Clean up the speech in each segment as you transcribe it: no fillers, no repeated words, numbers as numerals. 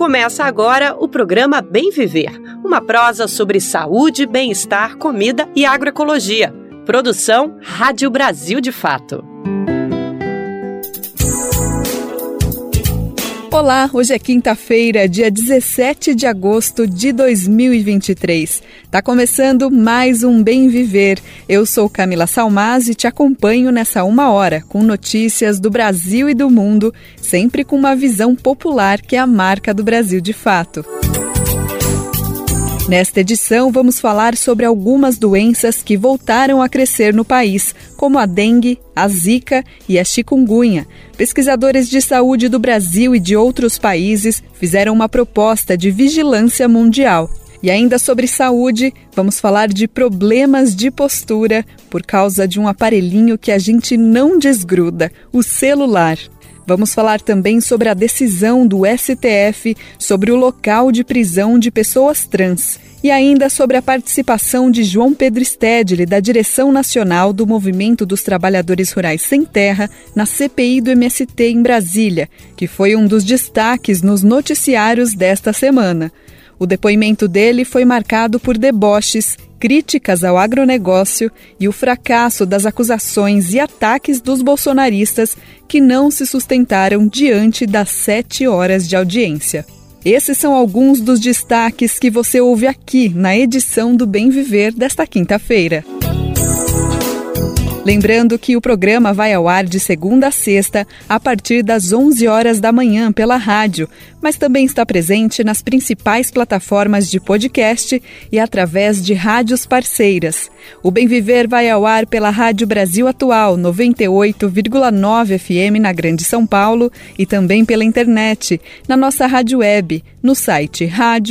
Começa agora o programa Bem Viver, uma prosa sobre saúde, bem-estar, comida e agroecologia. Produção Rádio Brasil de Fato. Olá, hoje é quinta-feira, dia 17 de agosto de 2023. Tá começando mais um Bem Viver. Eu sou Camila Salmaz e te acompanho nessa uma hora com notícias do Brasil e do mundo, sempre com uma visão popular que é a marca do Brasil de Fato. Nesta edição, vamos falar sobre algumas doenças que voltaram a crescer no país, como a dengue, a zika e a chikungunya. Pesquisadores de saúde do Brasil e de outros países fizeram uma proposta de vigilância mundial. E ainda sobre saúde, vamos falar de problemas de postura por causa de um aparelhinho que a gente não desgruda, o celular. Vamos falar também sobre a decisão do STF sobre o local de prisão de pessoas trans. E ainda sobre a participação de João Pedro Stedley, da Direção Nacional do Movimento dos Trabalhadores Rurais Sem Terra, na CPI do MST em Brasília, que foi um dos destaques nos noticiários desta semana. O depoimento dele foi marcado por deboches, críticas ao agronegócio e o fracasso das acusações e ataques dos bolsonaristas que não se sustentaram diante das 7 horas de audiência. Esses são alguns dos destaques que você ouve aqui na edição do Bem Viver desta quinta-feira. Lembrando que o programa vai ao ar de segunda a sexta, a partir das 11 horas da manhã pela rádio, mas também está presente nas principais plataformas de podcast e através de rádios parceiras. O Bem Viver vai ao ar pela Rádio Brasil Atual, 98,9 FM na Grande São Paulo e também pela internet, na nossa rádio web, no site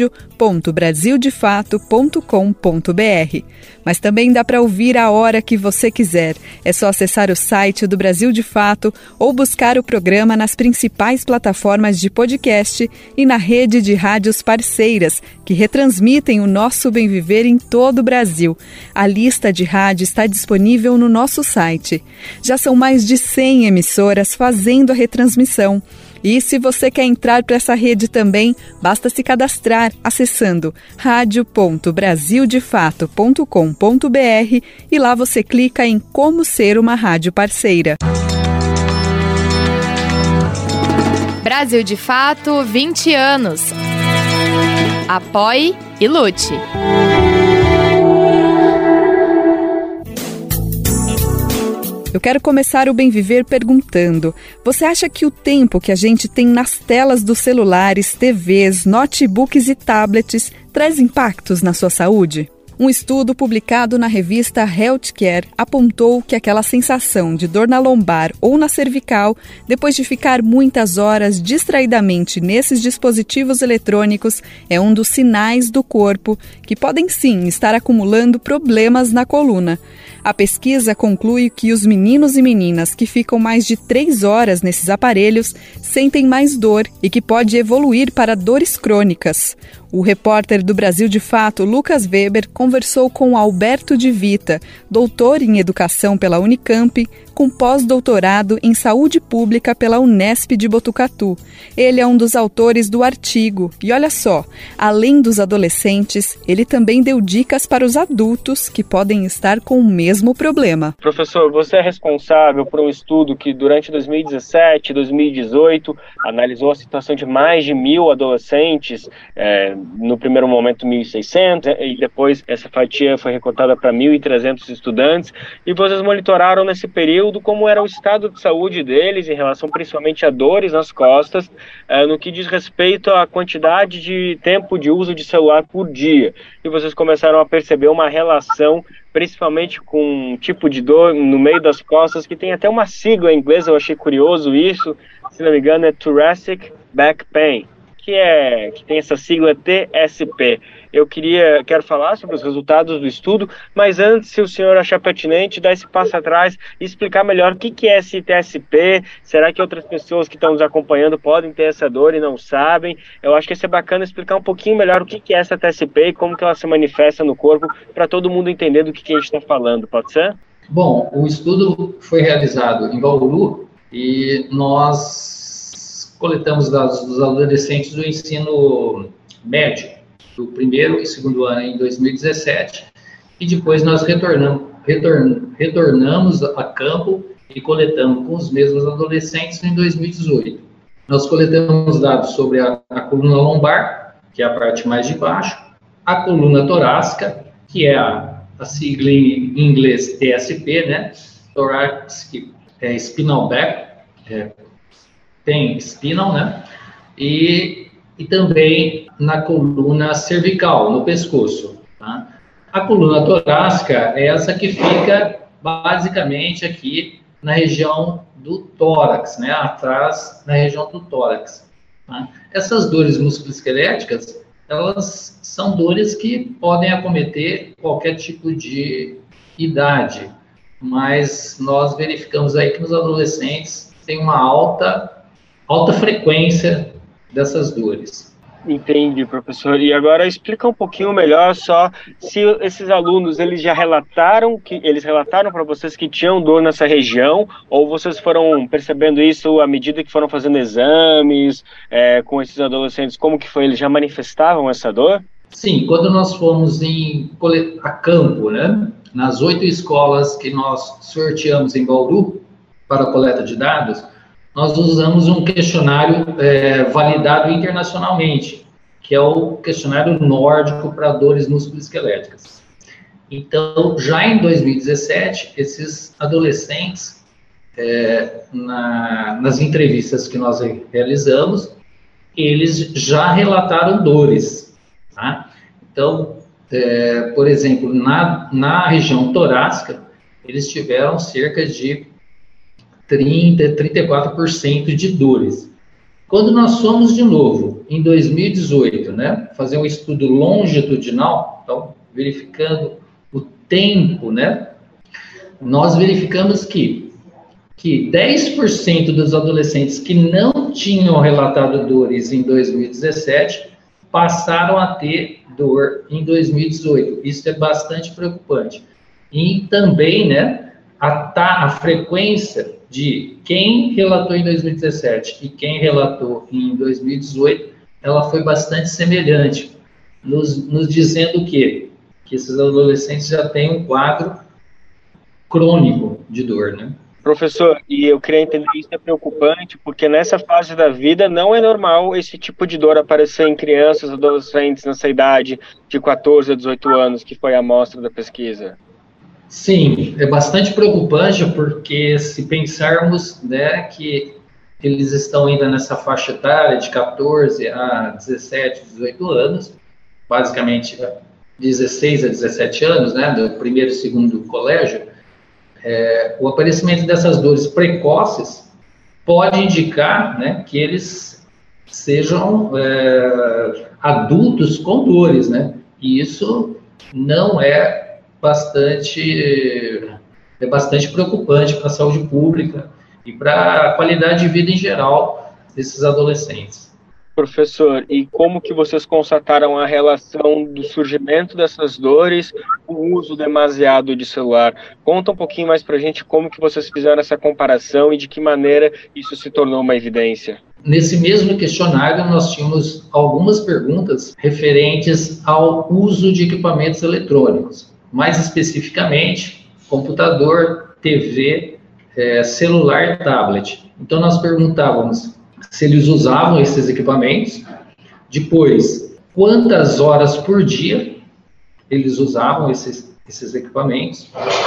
radio.brasildefato.com.br. Mas também dá para ouvir a hora que você quiser. É só acessar o site do Brasil de Fato ou buscar o programa nas principais plataformas de podcast e na rede de rádios parceiras, que retransmitem o nosso Bem Viver em todo o Brasil. A lista de rádio está disponível no nosso site. Já são mais de 100 emissoras fazendo a retransmissão. E se você quer entrar para essa rede também, basta se cadastrar acessando radio.brasildefato.com.br e lá você clica em Como Ser uma Rádio Parceira. Brasil de Fato, 20 anos. Apoie e lute. Eu quero começar o Bem Viver perguntando: você acha que o tempo que a gente tem nas telas dos celulares, TVs, notebooks e tablets traz impactos na sua saúde? Um estudo publicado na revista Healthcare apontou que aquela sensação de dor na lombar ou na cervical, depois de ficar muitas horas distraidamente nesses dispositivos eletrônicos, é um dos sinais do corpo que podem sim estar acumulando problemas na coluna. A pesquisa conclui que os meninos e meninas que ficam mais de 3 horas nesses aparelhos sentem mais dor e que pode evoluir para dores crônicas. O repórter do Brasil de Fato, Lucas Weber, conversou com Alberto de Vita, doutor em educação pela Unicamp, com pós-doutorado em saúde pública pela Unesp de Botucatu. Ele é um dos autores do artigo. E olha só, além dos adolescentes, ele também deu dicas para os adultos que podem estar com o mesmo problema. Professor, você é responsável por um estudo que durante 2017 e 2018 analisou a situação de mais de 1.000 adolescentes, no primeiro momento 1.600, e depois essa fatia foi recortada para 1.300 estudantes, e vocês monitoraram nesse período como era o estado de saúde deles em relação principalmente a dores nas costas, no que diz respeito à quantidade de tempo de uso de celular por dia. E vocês começaram a perceber uma relação, principalmente com um tipo de dor no meio das costas, que tem até uma sigla em inglês, eu achei curioso isso, se não me engano é Thoracic Back Pain, que tem essa sigla TSP. Eu quero falar sobre os resultados do estudo, mas antes, se o senhor achar pertinente, dar esse passo atrás e explicar melhor o que é esse TSP, será que outras pessoas que estão nos acompanhando podem ter essa dor e não sabem? Eu acho que ia ser bacana explicar um pouquinho melhor o que é essa TSP e como que ela se manifesta no corpo, para todo mundo entender do que a gente está falando, pode ser? Bom, o estudo foi realizado em Bauru e nós coletamos dados dos adolescentes do ensino médio, do primeiro e segundo ano em 2017, e depois nós retornamos a campo e coletamos com os mesmos adolescentes em 2018. Nós coletamos dados sobre a coluna lombar, que é a parte mais de baixo, a coluna torácica, que é a sigla em inglês TSP, né? Thoracic Spinal Back, tem spinal, né? E também na coluna cervical, no pescoço. Tá? A coluna torácica é essa que fica basicamente aqui na região do tórax, né? Atrás, na região do tórax. Tá? Essas dores musculoesqueléticas, elas são dores que podem acometer qualquer tipo de idade, mas nós verificamos aí que nos adolescentes tem uma alta frequência dessas dores. Entendi, professor. E agora explica um pouquinho melhor só se esses alunos, eles relataram para vocês que tinham dor nessa região, ou vocês foram percebendo isso à medida que foram fazendo exames com esses adolescentes? Como que foi? Eles já manifestavam essa dor? Sim, quando nós fomos a campo, né, nas 8 escolas que nós sorteamos em Bauru para a coleta de dados, nós usamos um questionário validado internacionalmente, que é o questionário nórdico para dores musculoesqueléticas. Então, já em 2017, esses adolescentes, nas entrevistas que nós realizamos, eles já relataram dores. Tá? Então, por exemplo, na região torácica, eles tiveram cerca de 34% de dores. Quando nós fomos de novo, em 2018, né, fazer um estudo longitudinal, então, verificando o tempo, né, nós verificamos que 10% dos adolescentes que não tinham relatado dores em 2017 passaram a ter dor em 2018. Isso é bastante preocupante. E também, né, a frequência de quem relatou em 2017 e quem relatou em 2018, ela foi bastante semelhante, nos dizendo que esses adolescentes já têm um quadro crônico de dor, né? Professor, e eu queria entender, isso é preocupante, porque nessa fase da vida não é normal esse tipo de dor aparecer em crianças, adolescentes nessa idade de 14 a 18 anos, que foi a amostra da pesquisa. Sim, é bastante preocupante, porque se pensarmos, né, que eles estão ainda nessa faixa etária de 14 a 17, 18 anos, basicamente 16 a 17 anos, né, do primeiro e segundo colégio, o aparecimento dessas dores precoces pode indicar, né, que eles sejam adultos com dores, né, e isso não é bastante preocupante para a saúde pública e para a qualidade de vida em geral desses adolescentes. Professor, e como que vocês constataram a relação do surgimento dessas dores com o uso demasiado de celular? Conta um pouquinho mais para a gente como que vocês fizeram essa comparação e de que maneira isso se tornou uma evidência. Nesse mesmo questionário, nós tínhamos algumas perguntas referentes ao uso de equipamentos eletrônicos. Mais especificamente, computador, TV, celular e tablet. Então, nós perguntávamos se eles usavam esses equipamentos, depois, quantas horas por dia eles usavam esses equipamentos,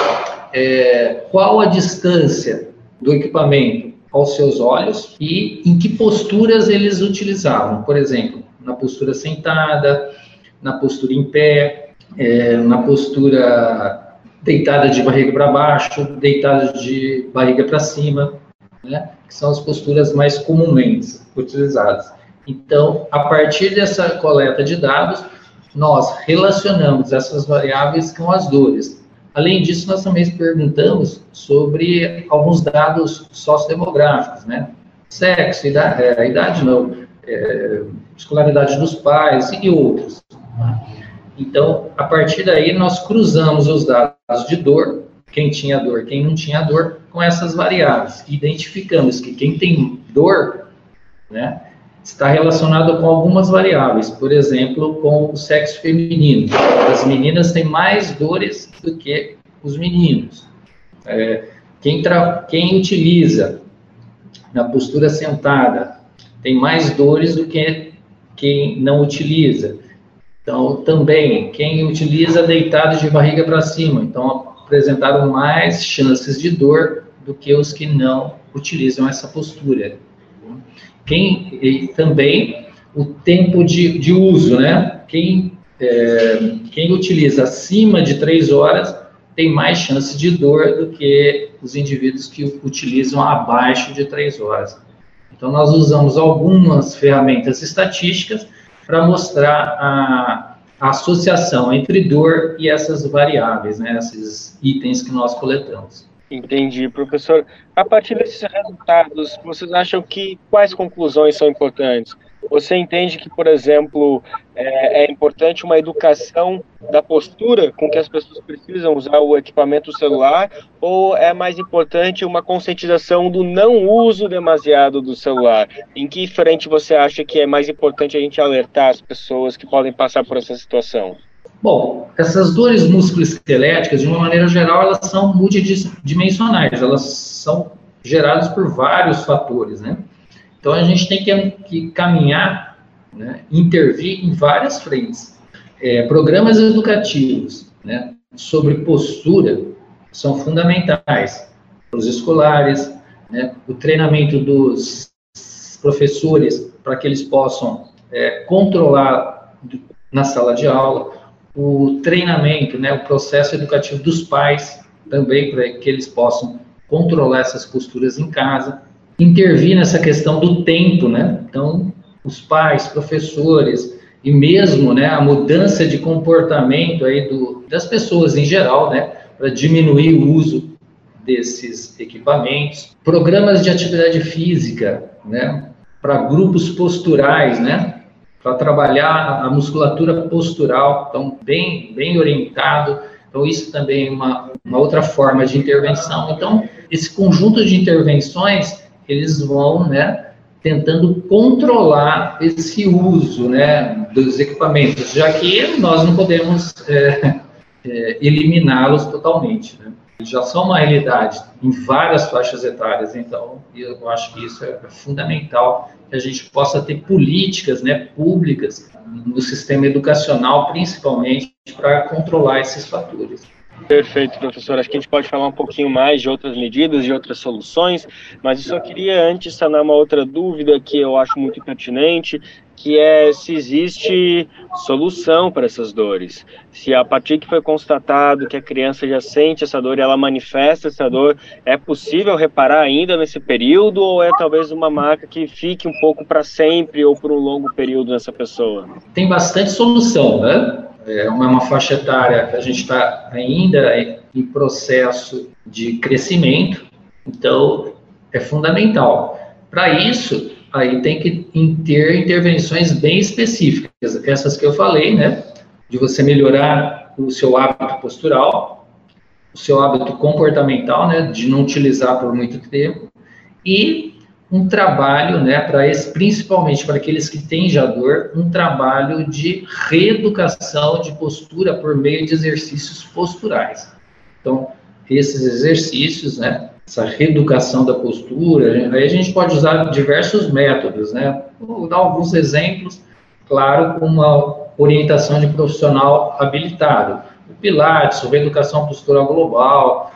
qual a distância do equipamento aos seus olhos e em que posturas eles utilizavam. Por exemplo, na postura sentada, na postura em pé, na postura deitada de barriga para baixo, deitada de barriga para cima, né, que são as posturas mais comumente utilizadas. Então, a partir dessa coleta de dados, nós relacionamos essas variáveis com as dores. Além disso, nós também perguntamos sobre alguns dados sociodemográficos, né, sexo, idade não, escolaridade dos pais e outros. Então, a partir daí, nós cruzamos os dados de dor, quem tinha dor, quem não tinha dor, com essas variáveis. Identificamos que quem tem dor né, está relacionado com algumas variáveis, por exemplo, com o sexo feminino. As meninas têm mais dores do que os meninos. Quem utiliza na postura sentada tem mais dores do que quem não utiliza. Então, também, quem utiliza deitado de barriga para cima, então apresentaram mais chances de dor do que os que não utilizam essa postura. E também o tempo de uso, né? Quem utiliza acima de 3 horas tem mais chance de dor do que os indivíduos que utilizam abaixo de 3 horas. Então, nós usamos algumas ferramentas estatísticas para mostrar a associação entre dor e essas variáveis, né, esses itens que nós coletamos. Entendi, professor. A partir desses resultados, vocês acham que quais conclusões são importantes? Você entende que, por exemplo, é importante uma educação da postura com que as pessoas precisam usar o equipamento celular, ou é mais importante uma conscientização do não uso demasiado do celular? Em que frente você acha que é mais importante a gente alertar as pessoas que podem passar por essa situação? Bom, essas dores musculoesqueléticas, de uma maneira geral, elas são multidimensionais, elas são geradas por vários fatores, né? Então, a gente tem que caminhar, né, intervir em várias frentes. Programas educativos, né, sobre postura são fundamentais para os escolares, né, o treinamento dos professores para que eles possam controlar na sala de aula, o treinamento, né, o processo educativo dos pais também para que eles possam controlar essas posturas em casa, intervir nessa questão do tempo, né? Então, os pais, professores e mesmo, né, a mudança de comportamento aí das pessoas em geral, né, para diminuir o uso desses equipamentos. Programas de atividade física, né, para grupos posturais, né, para trabalhar a musculatura postural, então bem orientado. Então, isso também é uma outra forma de intervenção. Então, esse conjunto de intervenções, eles vão, né, tentando controlar esse uso, né, dos equipamentos, já que nós não podemos eliminá-los totalmente, né? Já são uma realidade em várias faixas etárias, então eu acho que isso é fundamental, que a gente possa ter políticas, né, públicas no sistema educacional, principalmente, para controlar esses fatores. Perfeito, professor. Acho que a gente pode falar um pouquinho mais de outras medidas, de outras soluções, mas eu só queria antes sanar uma outra dúvida que eu acho muito pertinente, que é se existe solução para essas dores. Se a partir que foi constatado que a criança já sente essa dor e ela manifesta essa dor, é possível reparar ainda nesse período, ou é talvez uma marca que fique um pouco para sempre ou por um longo período nessa pessoa? Tem bastante solução, né? É uma faixa etária que a gente está ainda em processo de crescimento, então é fundamental. Para isso, aí tem que ter intervenções bem específicas, essas que eu falei, né? De você melhorar o seu hábito postural, o seu hábito comportamental, né? De não utilizar por muito tempo, e um trabalho, né, principalmente para aqueles que têm já dor, um trabalho de reeducação de postura por meio de exercícios posturais. Então, esses exercícios, né, essa reeducação da postura, aí a gente pode usar diversos métodos, né? Vou dar alguns exemplos, claro, com uma orientação de profissional habilitado. O Pilates, a reeducação postural global,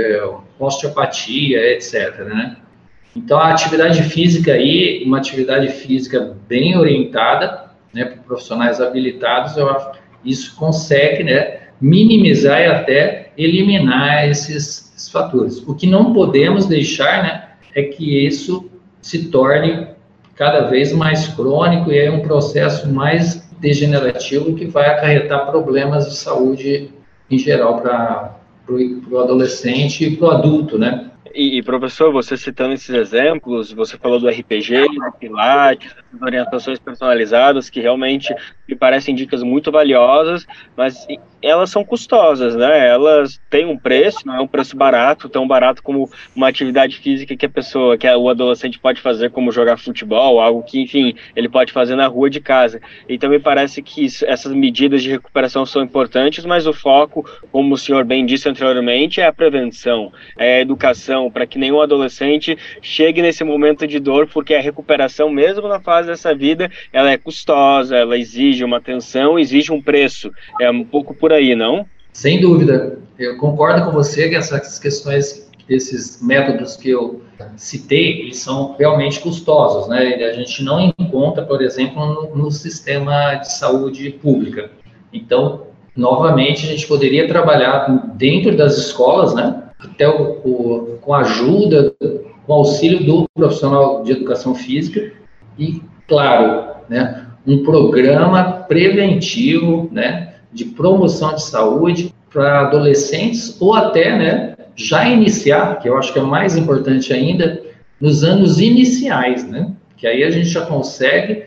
osteopatia, etc., né? Então, a atividade física aí, uma atividade física bem orientada, né, para profissionais habilitados, eu acho que isso consegue, né, minimizar e até eliminar esses fatores. O que não podemos deixar, né, é que isso se torne cada vez mais crônico e é um processo mais degenerativo que vai acarretar problemas de saúde em geral para o adolescente e para o adulto, né? E, professor, você citando esses exemplos, você falou do RPG, do Pilates, orientações personalizadas que realmente me parecem dicas muito valiosas, mas elas são custosas, né? Elas têm um preço, não é um preço barato, tão barato como uma atividade física que o adolescente pode fazer, como jogar futebol, algo que, enfim, ele pode fazer na rua de casa. Então me parece que essas medidas de recuperação são importantes, mas o foco, como o senhor bem disse anteriormente, é a prevenção, é a educação, para que nenhum adolescente chegue nesse momento de dor, porque a recuperação, mesmo na fase dessa vida, ela é custosa, ela exige uma atenção, exige um preço. É um pouco por aí, não? Sem dúvida. Eu concordo com você que essas questões, esses métodos que eu citei, eles são realmente custosos, né? A gente não encontra, por exemplo, no sistema de saúde pública. Então, novamente, a gente poderia trabalhar dentro das escolas, né? Até com a ajuda, com auxílio do profissional de educação física e, claro, né, um programa preventivo, né, de promoção de saúde para adolescentes ou até, né, já iniciar, que eu acho que é mais importante ainda, nos anos iniciais, né, que aí a gente já consegue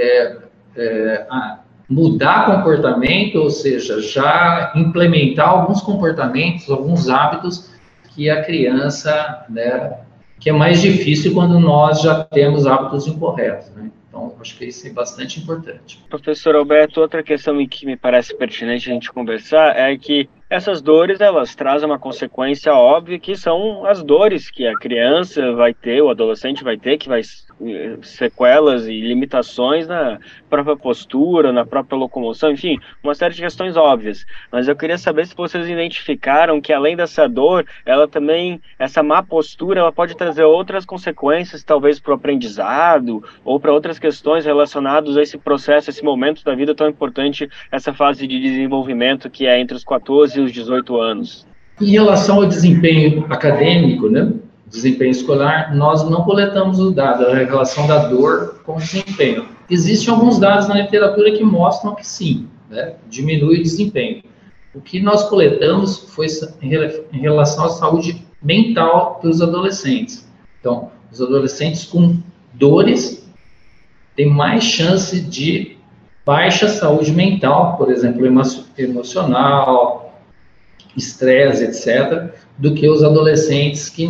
mudar comportamento, ou seja, já implementar alguns comportamentos, alguns hábitos que a criança, né, que é mais difícil quando nós já temos hábitos incorretos, né? Então, acho que isso é bastante importante. Professor Alberto, outra questão que me parece pertinente a gente conversar é que essas dores, elas trazem uma consequência óbvia, que são as dores que a criança vai ter, o adolescente vai ter, que vai sequelas e limitações na própria postura, na própria locomoção, enfim, uma série de questões óbvias. Mas eu queria saber se vocês identificaram que, além dessa dor, ela também, essa má postura, ela pode trazer outras consequências, talvez para o aprendizado, ou para outras questões relacionadas a esse processo, esse momento da vida tão importante, essa fase de desenvolvimento que é entre os 14 e os 18 anos. Em relação ao desempenho acadêmico, né, desempenho escolar, nós não coletamos os dados em relação da dor com o desempenho. Existem alguns dados na literatura que mostram que sim, né, diminui o desempenho. O que nós coletamos foi em relação à saúde mental dos adolescentes. Então, os adolescentes com dores têm mais chance de baixa saúde mental, por exemplo, emocional, estresse, etc., do que os adolescentes que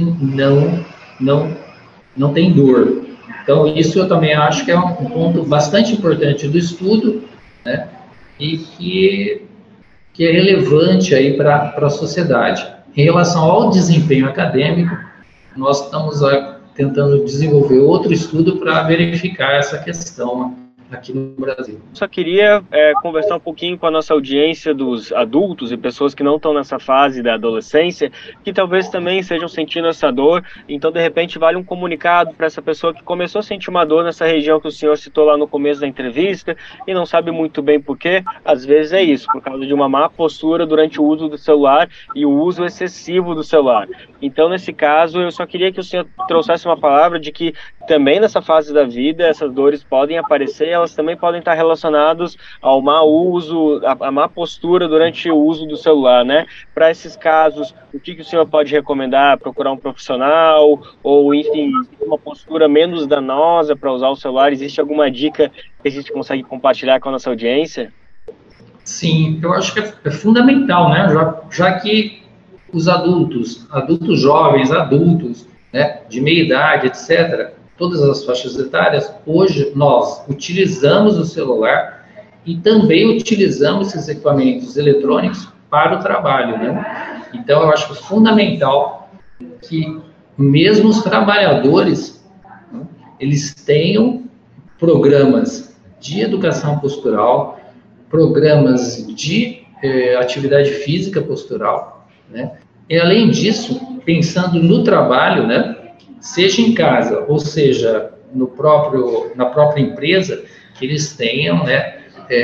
não têm dor. Então, isso eu também acho que é um ponto bastante importante do estudo, né, e que é relevante aí para a sociedade. Em relação ao desempenho acadêmico, nós estamos tentando desenvolver outro estudo para verificar essa questão aqui no Brasil. Só queria conversar um pouquinho com a nossa audiência dos adultos e pessoas que não estão nessa fase da adolescência, que talvez também estejam sentindo essa dor. Então, de repente, vale um comunicado para essa pessoa que começou a sentir uma dor nessa região que o senhor citou lá no começo da entrevista e não sabe muito bem por quê. Às vezes é isso, por causa de uma má postura durante o uso do celular e o uso excessivo do celular. Então, nesse caso, eu só queria que o senhor trouxesse uma palavra de que também nessa fase da vida essas dores podem aparecer e elas também podem estar relacionadas ao mau uso, a má postura durante o uso do celular, né? Para esses casos, o que o senhor pode recomendar? Procurar um profissional ou, enfim, uma postura menos danosa para usar o celular? Existe alguma dica que a gente consegue compartilhar com a nossa audiência? Sim, eu acho que é fundamental, né? Já que os adultos jovens, adultos, né, de meia idade, etc., todas as faixas etárias, hoje nós utilizamos o celular e também utilizamos esses equipamentos eletrônicos para o trabalho, né? Então, eu acho fundamental que mesmo os trabalhadores, né, eles tenham programas de educação postural, programas de atividade física postural, né? E, além disso, pensando no trabalho, né, seja em casa, ou seja, na própria empresa, que eles tenham, né,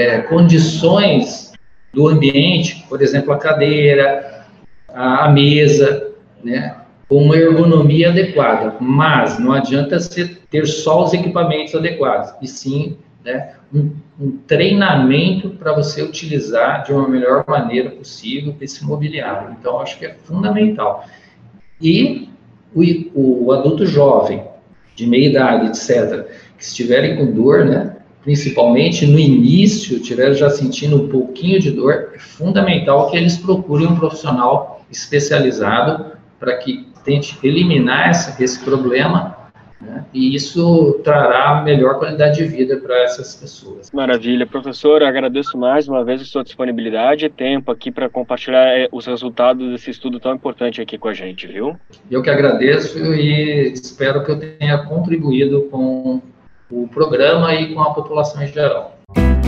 condições do ambiente, por exemplo, a cadeira, a mesa, né, com uma ergonomia adequada. Mas não adianta você ter só os equipamentos adequados, e sim, né, um treinamento para você utilizar de uma melhor maneira possível esse mobiliário. Então, acho que é fundamental. E o adulto jovem, de meia idade, etc., que estiverem com dor, né, principalmente no início, estiverem já sentindo um pouquinho de dor, é fundamental que eles procurem um profissional especializado para que tente eliminar esse problema, né, e isso trará melhor qualidade de vida para essas pessoas. Maravilha. Professor, eu agradeço mais uma vez a sua disponibilidade e tempo aqui para compartilhar os resultados desse estudo tão importante aqui com a gente, viu? Eu que agradeço e espero que eu tenha contribuído com o programa e com a população em geral.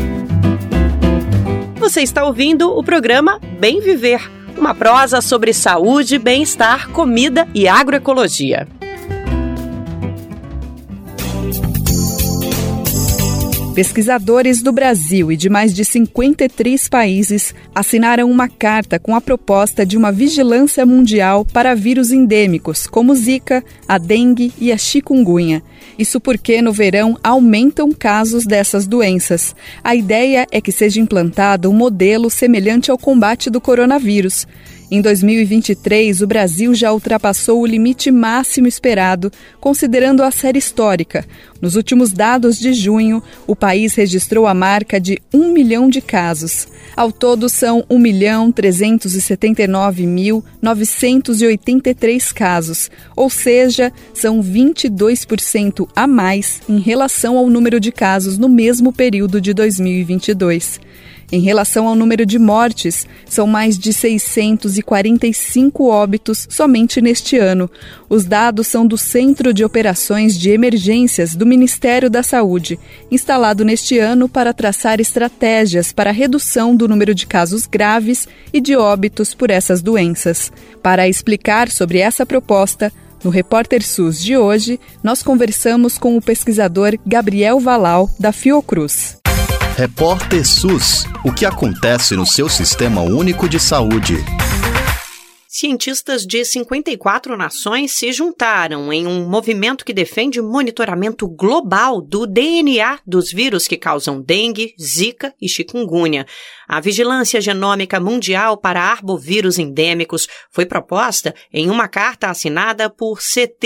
Você está ouvindo o programa Bem Viver, uma prosa sobre saúde, bem-estar, comida e agroecologia. Pesquisadores do Brasil e de mais de 53 países assinaram uma carta com a proposta de uma vigilância mundial para vírus endêmicos, como Zika, a dengue e a chikungunya. Isso porque no verão aumentam casos dessas doenças. A ideia é que seja implantado um modelo semelhante ao combate do coronavírus. Em 2023, o Brasil já ultrapassou o limite máximo esperado, considerando a série histórica. Nos últimos dados de junho, o país registrou a marca de 1 milhão de casos. Ao todo, são 1.379.983 casos, ou seja, são 22% a mais em relação ao número de casos no mesmo período de 2022. Em relação ao número de mortes, são mais de 645 óbitos somente neste ano. Os dados são do Centro de Operações de Emergências do Ministério da Saúde, instalado neste ano para traçar estratégias para a redução do número de casos graves e de óbitos por essas doenças. Para explicar sobre essa proposta, no Repórter SUS de hoje, nós conversamos com o pesquisador Gabriel Valal, da Fiocruz. Repórter SUS. O que acontece no seu Sistema Único de Saúde? Cientistas de 54 nações se juntaram em um movimento que defende monitoramento global do DNA dos vírus que causam dengue, zika e chikungunya. A Vigilância Genômica Mundial para Arbovírus Endêmicos foi proposta em uma carta assinada por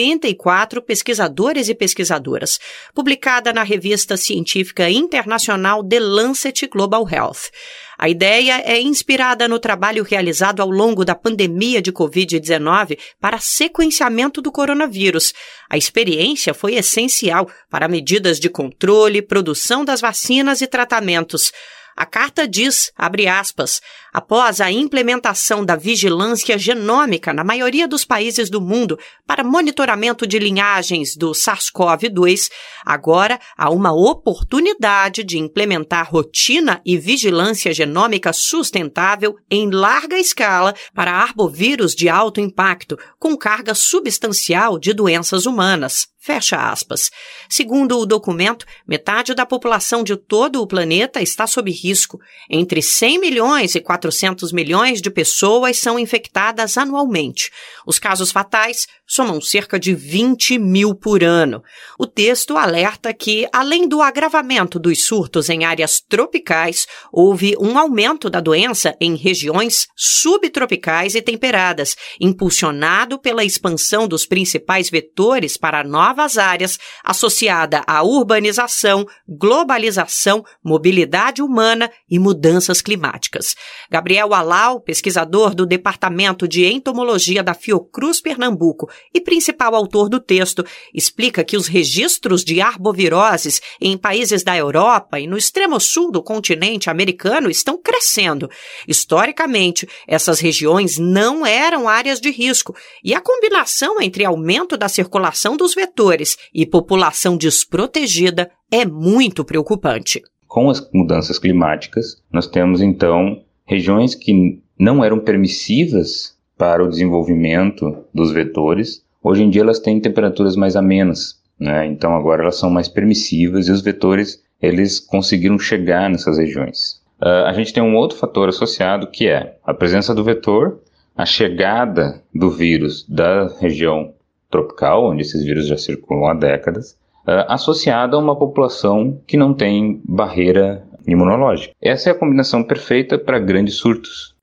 74 pesquisadores e pesquisadoras, publicada na revista científica internacional The Lancet Global Health. A ideia é inspirada no trabalho realizado ao longo da pandemia de Covid-19 para sequenciamento do coronavírus. A experiência foi essencial para medidas de controle, produção das vacinas e tratamentos. A carta diz, abre aspas, após a implementação da vigilância genômica na maioria dos países do mundo para monitoramento de linhagens do SARS-CoV-2, agora há uma oportunidade de implementar rotina e vigilância genômica sustentável em larga escala para arbovírus de alto impacto, com carga substancial de doenças humanas. Fecha aspas. Segundo o documento, metade da população de todo o planeta está sob risco. Entre 100 milhões e 400 milhões de pessoas são infectadas anualmente. Os casos fatais somam cerca de 20 mil por ano. O texto alerta que, além do agravamento dos surtos em áreas tropicais, houve um aumento da doença em regiões subtropicais e temperadas, impulsionado pela expansão dos principais vetores para novas áreas, associada à urbanização, globalização, mobilidade humana e mudanças climáticas. Gabriel Valal, pesquisador do Departamento de Entomologia da Fiocruz Pernambuco e principal autor do texto, explica que os registros de arboviroses em países da Europa e no extremo sul do continente americano estão crescendo. Historicamente, essas regiões não eram áreas de risco e a combinação entre aumento da circulação dos vetores e população desprotegida é muito preocupante. Com as mudanças climáticas, nós temos então regiões que não eram permissivas para o desenvolvimento dos vetores. Hoje em dia elas têm temperaturas mais amenas, né? Então agora elas são mais permissivas e os vetores eles conseguiram chegar nessas regiões. A gente tem um outro fator associado que é a presença do vetor, a chegada do vírus da região tropical, onde esses vírus já circulam há décadas, associada a uma população que não tem barreira imunológica. Essa é a combinação perfeita para grandes surtos.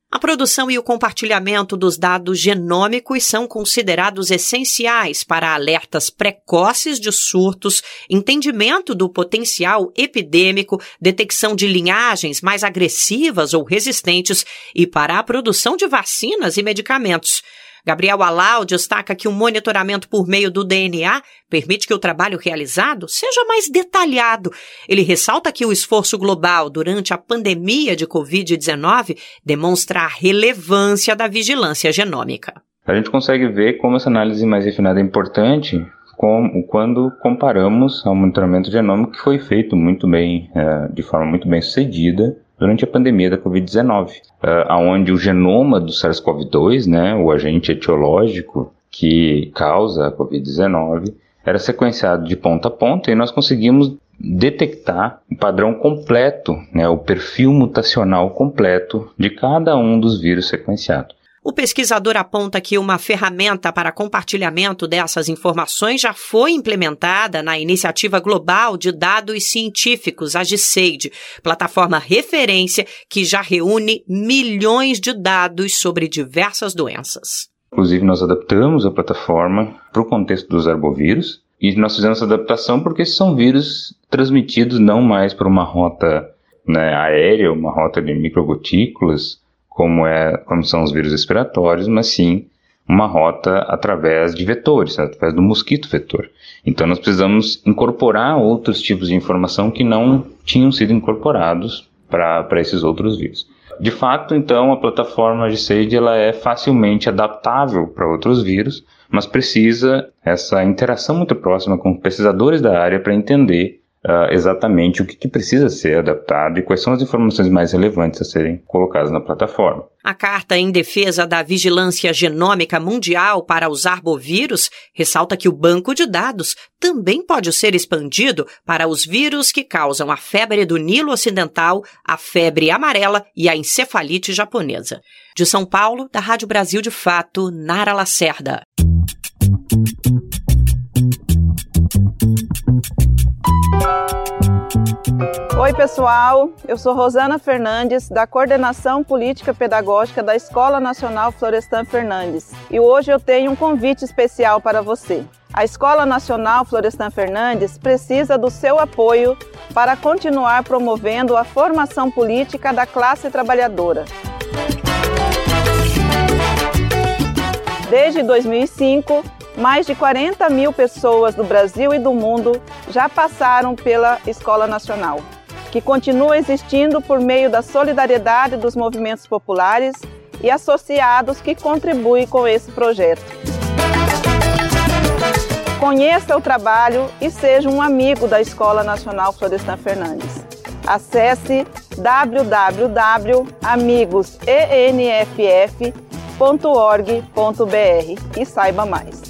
A produção e o compartilhamento dos dados genômicos são considerados essenciais para alertas precoces de surtos, entendimento do potencial epidêmico, detecção de linhagens mais agressivas ou resistentes e para a produção de vacinas e medicamentos. Gabriel Allau destaca que o monitoramento por meio do DNA permite que o trabalho realizado seja mais detalhado. Ele ressalta que o esforço global durante a pandemia de Covid-19 demonstra a relevância da vigilância genômica. A gente consegue ver como essa análise mais refinada é importante quando comparamos ao monitoramento genômico que foi feito muito bem, de forma muito bem sucedida, durante a pandemia da Covid-19, onde o genoma do SARS-CoV-2, né, o agente etiológico que causa a Covid-19, era sequenciado de ponta a ponta e nós conseguimos detectar o padrão completo, né, o perfil mutacional completo de cada um dos vírus sequenciados. O pesquisador aponta que uma ferramenta para compartilhamento dessas informações já foi implementada na Iniciativa Global de Dados Científicos, a GISAID, plataforma referência que já reúne milhões de dados sobre diversas doenças. Inclusive, nós adaptamos a plataforma para o contexto dos arbovírus e nós fizemos essa adaptação porque esses são vírus transmitidos não mais por uma rota, né, aérea, uma rota de microgotículas, como são os vírus respiratórios, mas sim uma rota através de vetores, através do mosquito vetor. Então nós precisamos incorporar outros tipos de informação que não tinham sido incorporados para esses outros vírus. De fato, então, a plataforma GISAID ela é facilmente adaptável para outros vírus, mas precisa essa interação muito próxima com pesquisadores da área para entender exatamente o que precisa ser adaptado e quais são as informações mais relevantes a serem colocadas na plataforma. A Carta em Defesa da Vigilância Genômica Mundial para os Arbovírus ressalta que o banco de dados também pode ser expandido para os vírus que causam a febre do Nilo Ocidental, a febre amarela e a encefalite japonesa. De São Paulo, da Rádio Brasil de Fato, Nara Lacerda. Oi pessoal, eu sou Rosana Fernandes, da Coordenação Política Pedagógica da Escola Nacional Florestan Fernandes, e hoje eu tenho um convite especial para você. A Escola Nacional Florestan Fernandes precisa do seu apoio para continuar promovendo a formação política da classe trabalhadora. Desde 2005, mais de 40 mil pessoas do Brasil e do mundo já passaram pela Escola Nacional, que continua existindo por meio da solidariedade dos movimentos populares e associados que contribuem com esse projeto. Conheça o trabalho e seja um amigo da Escola Nacional Florestan Fernandes. Acesse www.amigosenff.org.br e saiba mais.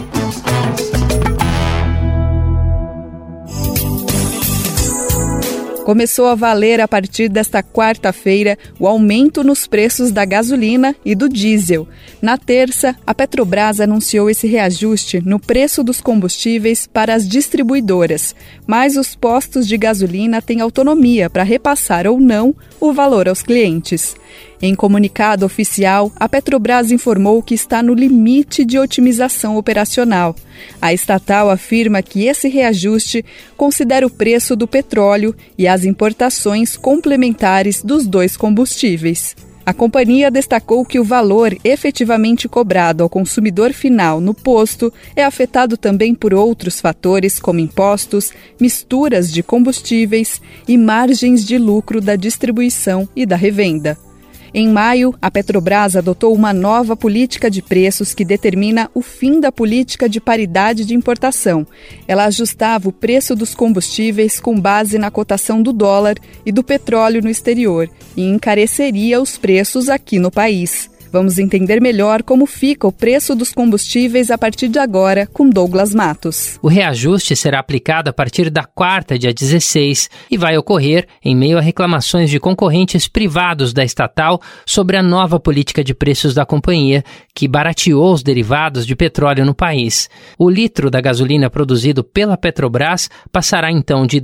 Começou a valer a partir desta quarta-feira o aumento nos preços da gasolina e do diesel. Na terça, a Petrobras anunciou esse reajuste no preço dos combustíveis para as distribuidoras, mas os postos de gasolina têm autonomia para repassar ou não o valor aos clientes. Em comunicado oficial, a Petrobras informou que está no limite de otimização operacional. A estatal afirma que esse reajuste considera o preço do petróleo e as importações complementares dos dois combustíveis. A companhia destacou que o valor efetivamente cobrado ao consumidor final no posto é afetado também por outros fatores como impostos, misturas de combustíveis e margens de lucro da distribuição e da revenda. Em maio, a Petrobras adotou uma nova política de preços que determina o fim da política de paridade de importação. Ela ajustava o preço dos combustíveis com base na cotação do dólar e do petróleo no exterior e encareceria os preços aqui no país. Vamos entender melhor como fica o preço dos combustíveis a partir de agora com Douglas Matos. O reajuste será aplicado a partir da quarta, dia 16, e vai ocorrer em meio a reclamações de concorrentes privados da estatal sobre a nova política de preços da companhia, que barateou os derivados de petróleo no país. O litro da gasolina produzido pela Petrobras passará então de R$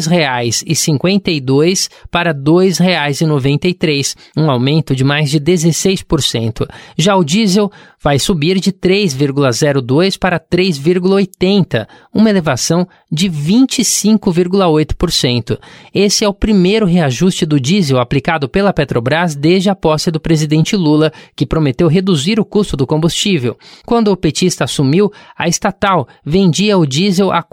2,52 para R$ 2,93, um aumento de mais de 16%. Já o diesel vai subir de 3,02 para 3,80, uma elevação de 25,8%. Esse é o primeiro reajuste do diesel aplicado pela Petrobras desde a posse do presidente Lula, que prometeu reduzir o custo do combustível. Quando o petista assumiu, a estatal vendia o diesel a R$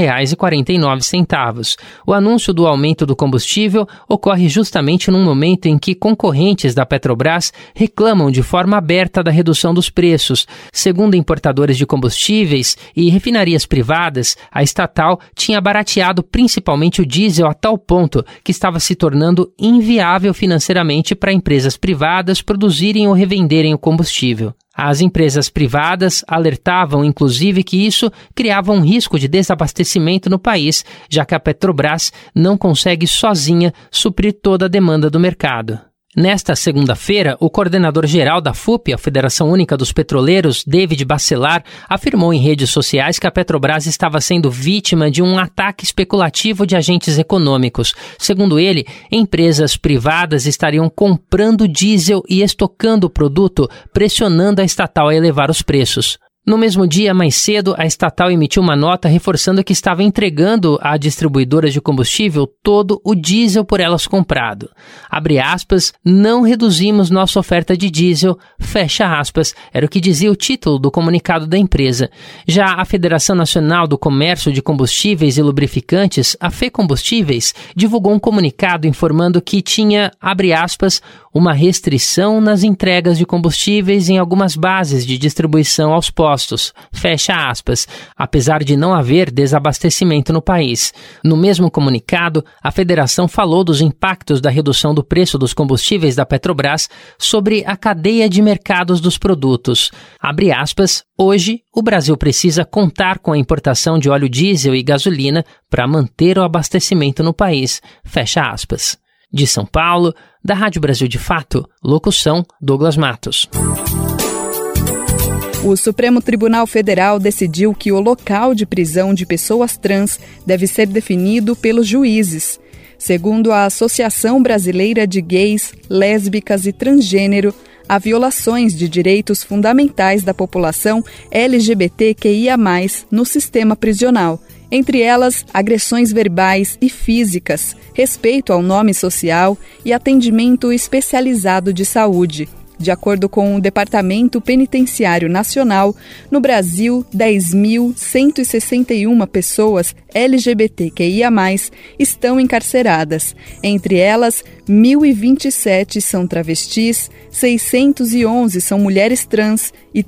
4,49. O anúncio do aumento do combustível ocorre justamente num momento em que concorrentes da Petrobras reclamam de forma aberta da redução dos preços. Segundo importadores de combustíveis e refinarias privadas, a estatal tinha barateado principalmente o diesel a tal ponto que estava se tornando inviável financeiramente para empresas privadas produzirem ou revenderem o combustível. As empresas privadas alertavam, inclusive, que isso criava um risco de desabastecimento no país, já que a Petrobras não consegue sozinha suprir toda a demanda do mercado. Nesta segunda-feira, o coordenador-geral da FUP, a Federação Única dos Petroleiros, David Bacelar, afirmou em redes sociais que a Petrobras estava sendo vítima de um ataque especulativo de agentes econômicos. Segundo ele, empresas privadas estariam comprando diesel e estocando o produto, pressionando a estatal a elevar os preços. No mesmo dia, mais cedo, a estatal emitiu uma nota reforçando que estava entregando a distribuidoras de combustível todo o diesel por elas comprado. Abre aspas, não reduzimos nossa oferta de diesel, fecha aspas, era o que dizia o título do comunicado da empresa. Já a Federação Nacional do Comércio de Combustíveis e Lubrificantes, a FECombustíveis, divulgou um comunicado informando que tinha, abre aspas, uma restrição nas entregas de combustíveis em algumas bases de distribuição aos postos, fecha aspas, apesar de não haver desabastecimento no país. No mesmo comunicado, a federação falou dos impactos da redução do preço dos combustíveis da Petrobras sobre a cadeia de mercados dos produtos. Abre aspas, hoje, o Brasil precisa contar com a importação de óleo diesel e gasolina para manter o abastecimento no país, fecha aspas. De São Paulo, da Rádio Brasil de Fato, locução Douglas Matos. O Supremo Tribunal Federal decidiu que o local de prisão de pessoas trans deve ser definido pelos juízes. Segundo a Associação Brasileira de Gays, Lésbicas e Transgênero, há violações de direitos fundamentais da população LGBTQIA+, no sistema prisional. Entre elas, agressões verbais e físicas, respeito ao nome social e atendimento especializado de saúde. De acordo com o Departamento Penitenciário Nacional, no Brasil, 10.161 pessoas LGBTQIA+, estão encarceradas. Entre elas, 1.027 são travestis, 611 são mulheres trans e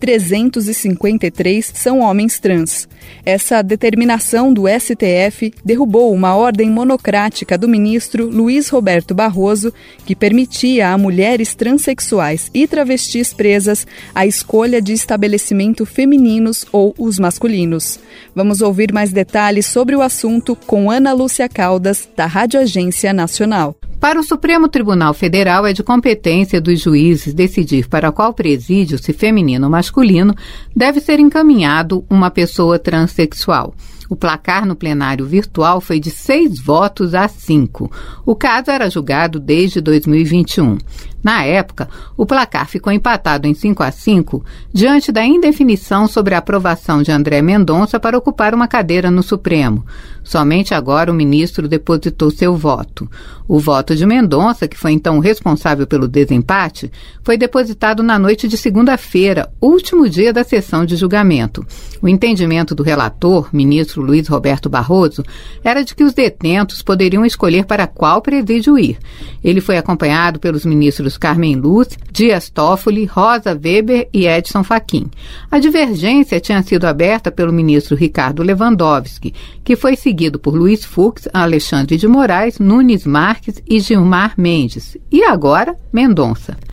353 são homens trans. Essa determinação do STF derrubou uma ordem monocrática do ministro Luiz Roberto Barroso, que permitia a mulheres transexuais e travestis presas a escolha de estabelecimento femininos ou os masculinos. Vamos ouvir mais detalhes sobre o assunto com Ana Lúcia Caldas, da Rádio Agência Nacional. Para o Supremo Tribunal Federal, é de competência dos juízes decidir para qual presídio, se feminino ou masculino, deve ser encaminhado uma pessoa transexual. O placar no plenário virtual foi de 6 votos a 5. O caso era julgado desde 2021. Na época, o placar ficou empatado em 5-5 diante da indefinição sobre a aprovação de André Mendonça para ocupar uma cadeira no Supremo. Somente agora o ministro depositou seu voto. O voto de Mendonça, que foi então responsável pelo desempate, foi depositado na noite de segunda-feira, último dia da sessão de julgamento. O entendimento do relator, ministro Luiz Roberto Barroso, era de que os detentos poderiam escolher para qual presídio ir. Ele foi acompanhado pelos ministros Carmen Lúcia, Dias Toffoli, Rosa Weber e Edson Fachin. A divergência tinha sido aberta pelo ministro Ricardo Lewandowski, que foi seguido por Luiz Fux, Alexandre de Moraes, Nunes Marques e Gilmar Mendes. E agora, Mendonça.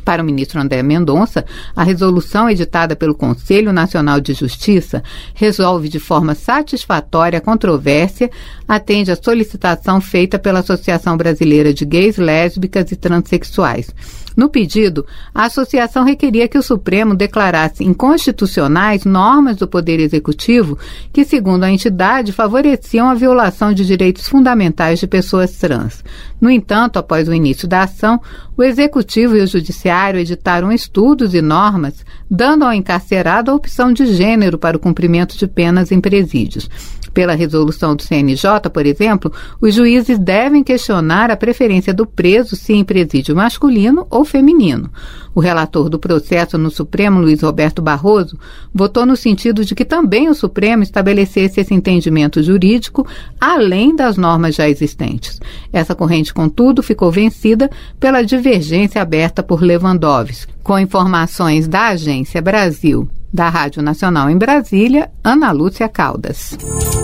Para o ministro André Mendonça, a resolução editada pelo Conselho Nacional de Justiça resolve de forma satisfatória a controvérsia, atende à solicitação feita pela Associação Brasileira de Gays, Lésbicas e Transsexuais. No pedido, a associação requeria que o Supremo declarasse inconstitucionais normas do Poder Executivo que, segundo a entidade, favoreciam a violação de direitos fundamentais de pessoas trans. No entanto, após o início da ação, o Executivo e o Judiciário editaram estudos e normas, dando ao encarcerado a opção de gênero para o cumprimento de penas em presídios. Pela resolução do CNJ, por exemplo, os juízes devem questionar a preferência do preso se em presídio masculino ou feminino. O relator do processo no Supremo, Luiz Roberto Barroso, votou no sentido de que também o Supremo estabelecesse esse entendimento jurídico além das normas já existentes. Essa corrente, contudo, ficou vencida pela divergência aberta por Lewandowski. Com informações da Agência Brasil, da Rádio Nacional em Brasília, Ana Lúcia Caldas.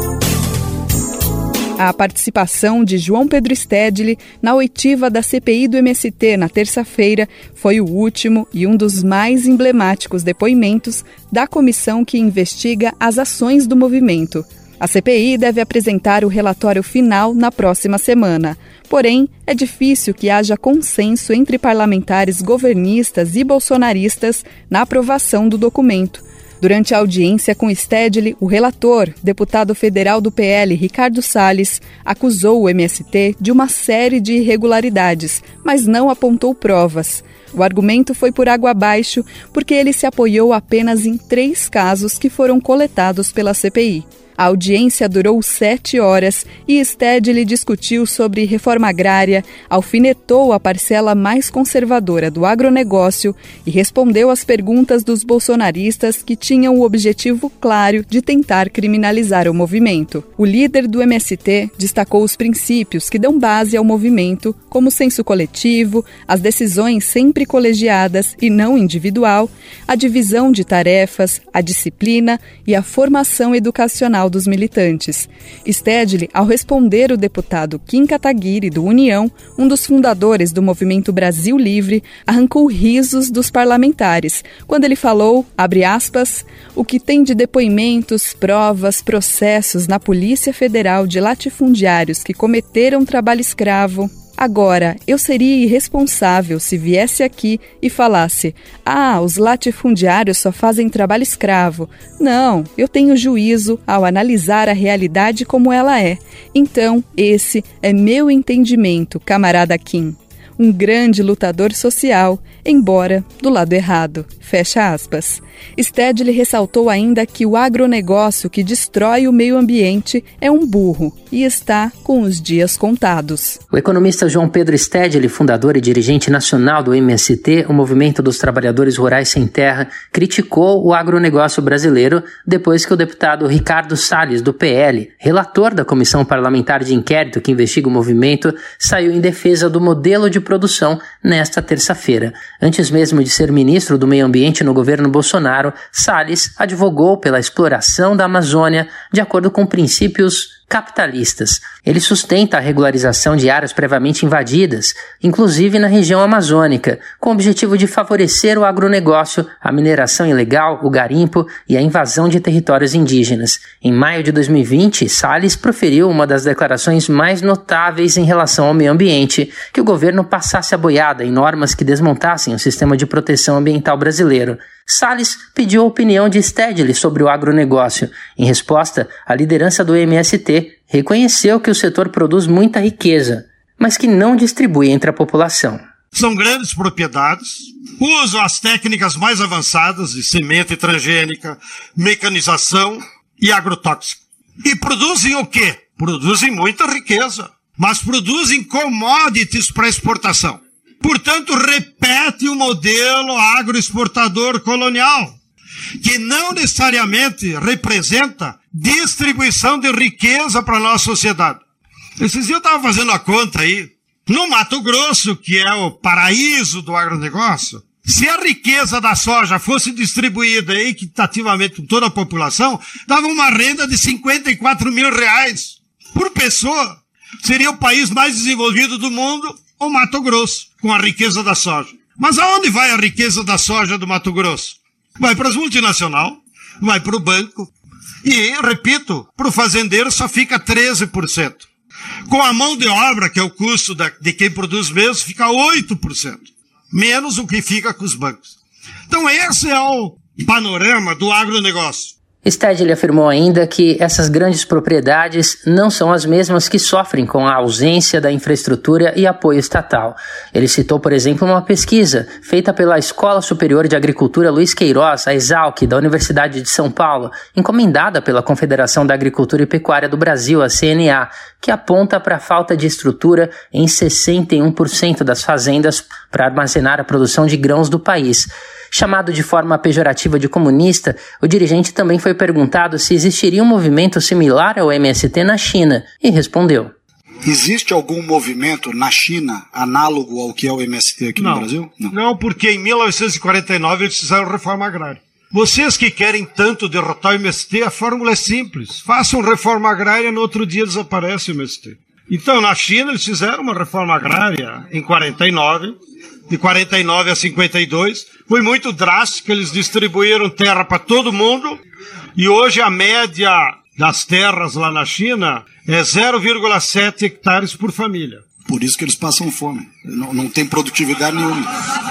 A participação de João Pedro Stedley na oitiva da CPI do MST na terça-feira foi o último e um dos mais emblemáticos depoimentos da comissão que investiga as ações do movimento. A CPI deve apresentar o relatório final na próxima semana. Porém, é difícil que haja consenso entre parlamentares governistas e bolsonaristas na aprovação do documento. Durante a audiência com Stedley, o relator, deputado federal do PL, Ricardo Salles, acusou o MST de uma série de irregularidades, mas não apontou provas. O argumento foi por água abaixo porque ele se apoiou apenas em 3 casos que foram coletados pela CPI. A audiência durou 7 horas e Stedley discutiu sobre reforma agrária, alfinetou a parcela mais conservadora do agronegócio e respondeu às perguntas dos bolsonaristas que tinham o objetivo claro de tentar criminalizar o movimento. O líder do MST destacou os princípios que dão base ao movimento, como o senso coletivo, as decisões sempre colegiadas e não individual, a divisão de tarefas, a disciplina e a formação educacional dos militantes. Stedley, ao responder o deputado Kim Kataguiri, do União, um dos fundadores do Movimento Brasil Livre, arrancou risos dos parlamentares, quando ele falou, abre aspas, o que tem de depoimentos, provas, processos na Polícia Federal de latifundiários que cometeram trabalho escravo. Agora, eu seria irresponsável se viesse aqui e falasse os latifundiários só fazem trabalho escravo. Não, eu tenho juízo ao analisar a realidade como ela é. Então, esse é meu entendimento, camarada Kim. Um grande lutador social, embora do lado errado. Fecha aspas. Stedley ressaltou ainda que o agronegócio que destrói o meio ambiente é um burro e está com os dias contados. O economista João Pedro Stedley, fundador e dirigente nacional do MST, o Movimento dos Trabalhadores Rurais Sem Terra, criticou o agronegócio brasileiro depois que o deputado Ricardo Salles, do PL, relator da Comissão Parlamentar de Inquérito que investiga o movimento, saiu em defesa do modelo de produção nesta terça-feira. Antes mesmo de ser ministro do Meio Ambiente no governo Bolsonaro, Salles advogou pela exploração da Amazônia de acordo com princípios capitalistas. Ele sustenta a regularização de áreas previamente invadidas, inclusive na região amazônica, com o objetivo de favorecer o agronegócio, a mineração ilegal, o garimpo e a invasão de territórios indígenas. Em maio de 2020, Salles proferiu uma das declarações mais notáveis em relação ao meio ambiente, que o governo passasse a boiada em normas que desmontassem o sistema de proteção ambiental brasileiro. Salles pediu a opinião de Stedley sobre o agronegócio. Em resposta, a liderança do MST reconheceu que o setor produz muita riqueza, mas que não distribui entre a população. São grandes propriedades, usam as técnicas mais avançadas de semente transgênica, mecanização e agrotóxico. E produzem o quê? Produzem muita riqueza, mas produzem commodities para exportação. Portanto, repete o modelo agroexportador colonial, que não necessariamente representa distribuição de riqueza para a nossa sociedade. Esses dias eu estava fazendo a conta aí. No Mato Grosso, que é o paraíso do agronegócio, se a riqueza da soja fosse distribuída equitativamente com toda a população, dava uma renda de R$54 mil por pessoa. Seria o país mais desenvolvido do mundo, o Mato Grosso, com a riqueza da soja. Mas aonde vai a riqueza da soja do Mato Grosso? Vai para as multinacionais, vai para o banco e, repito, para o fazendeiro só fica 13%. Com a mão de obra, que é o custo de quem produz mesmo, fica 8%. Menos o que fica com os bancos. Então esse é o panorama do agronegócio. Stedley afirmou ainda que essas grandes propriedades não são as mesmas que sofrem com a ausência da infraestrutura e apoio estatal. Ele citou, por exemplo, uma pesquisa feita pela Escola Superior de Agricultura Luiz Queiroz, a ESALC, da Universidade de São Paulo, encomendada pela Confederação da Agricultura e Pecuária do Brasil, a CNA, que aponta para a falta de estrutura em 61% das fazendas para armazenar a produção de grãos do país. Chamado de forma pejorativa de comunista, o dirigente também foi perguntado se existiria um movimento similar ao MST na China e respondeu: existe algum movimento na China análogo ao que é o MST aqui no Brasil? Não, porque em 1949 eles fizeram reforma agrária. Vocês que querem tanto derrotar o MST, a fórmula é simples. Façam reforma agrária, no outro dia desaparece o MST. Então, na China, eles fizeram uma reforma agrária em 49, de 49 a 52. Foi muito drástico, eles distribuíram terra para todo mundo. E hoje a média das terras lá na China é 0,7 hectares por família. Por isso que eles passam fome. Não tem produtividade nenhuma.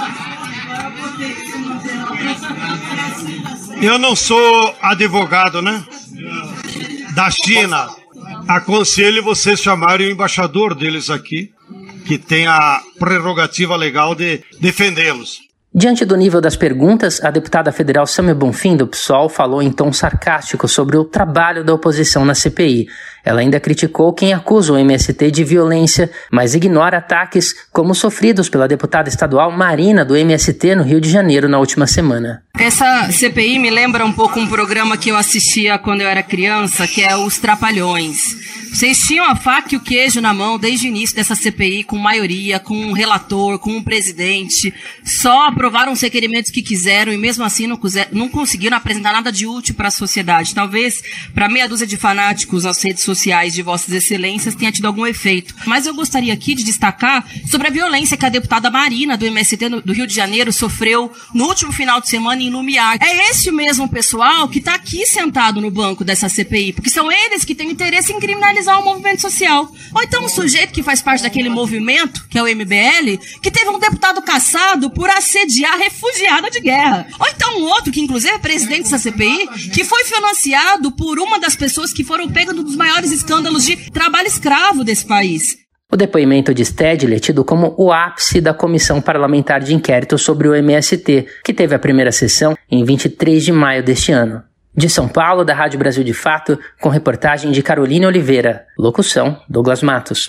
Eu não sou advogado, né? Da China. Aconselho vocês chamarem o embaixador deles aqui, que tem a prerrogativa legal de defendê-los. Diante do nível das perguntas, a deputada federal Sâmia Bonfim, do PSOL, falou em tom sarcástico sobre o trabalho da oposição na CPI. Ela ainda criticou quem acusa o MST de violência, mas ignora ataques como sofridos pela deputada estadual Marina, do MST, no Rio de Janeiro, na última semana. Essa CPI me lembra um pouco um programa que eu assistia quando eu era criança, que é Os Trapalhões. Vocês tinham a faca e o queijo na mão desde o início dessa CPI, com maioria, com um relator, com um presidente. Só aprovaram os requerimentos que quiseram e mesmo assim não conseguiram apresentar nada de útil para a sociedade. Talvez para meia dúzia de fanáticos nas redes sociais de Vossas Excelências tenha tido algum efeito. Mas eu gostaria aqui de destacar sobre a violência que a deputada Marina, do MST do Rio de Janeiro, sofreu no último final de semana em Lumiar. É esse mesmo pessoal que está aqui sentado no banco dessa CPI, porque são eles que têm interesse em criminalizar o movimento social. Ou então um sujeito que faz parte daquele movimento, que é o MBL, que teve um deputado cassado por assediar refugiada de guerra. Ou então um outro, que inclusive é presidente dessa CPI, que foi financiado por uma das pessoas que foram pegas num dos maiores escândalos de trabalho escravo desse país. O depoimento de Stedley é tido como o ápice da Comissão Parlamentar de Inquérito sobre o MST, que teve a primeira sessão em 23 de maio deste ano. De São Paulo, da Rádio Brasil de Fato, com reportagem de Carolina Oliveira. Locução, Douglas Matos.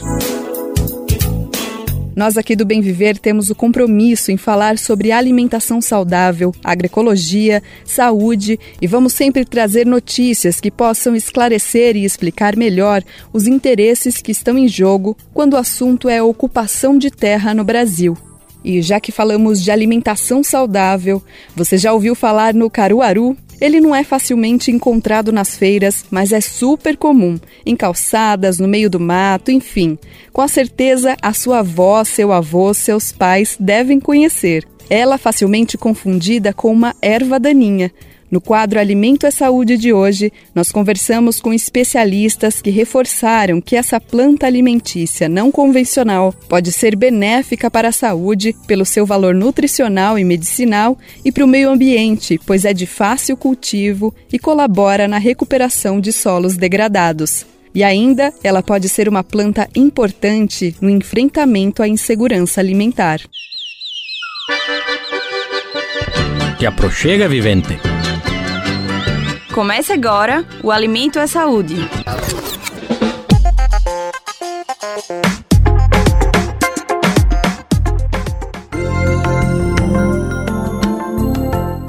Nós aqui do Bem Viver temos o compromisso em falar sobre alimentação saudável, agroecologia, saúde e vamos sempre trazer notícias que possam esclarecer e explicar melhor os interesses que estão em jogo quando o assunto é ocupação de terra no Brasil. E já que falamos de alimentação saudável, você já ouviu falar no caruaru? Ele não é facilmente encontrado nas feiras, mas é super comum, em calçadas, no meio do mato, enfim. Com certeza, a sua avó, seu avô, seus pais devem conhecer. Ela facilmente confundida com uma erva daninha. No quadro Alimento é Saúde de hoje, nós conversamos com especialistas que reforçaram que essa planta alimentícia não convencional pode ser benéfica para a saúde pelo seu valor nutricional e medicinal e para o meio ambiente, pois é de fácil cultivo e colabora na recuperação de solos degradados. E ainda, ela pode ser uma planta importante no enfrentamento à insegurança alimentar. Te aproxega, vivente. Comece agora o Alimento é Saúde. A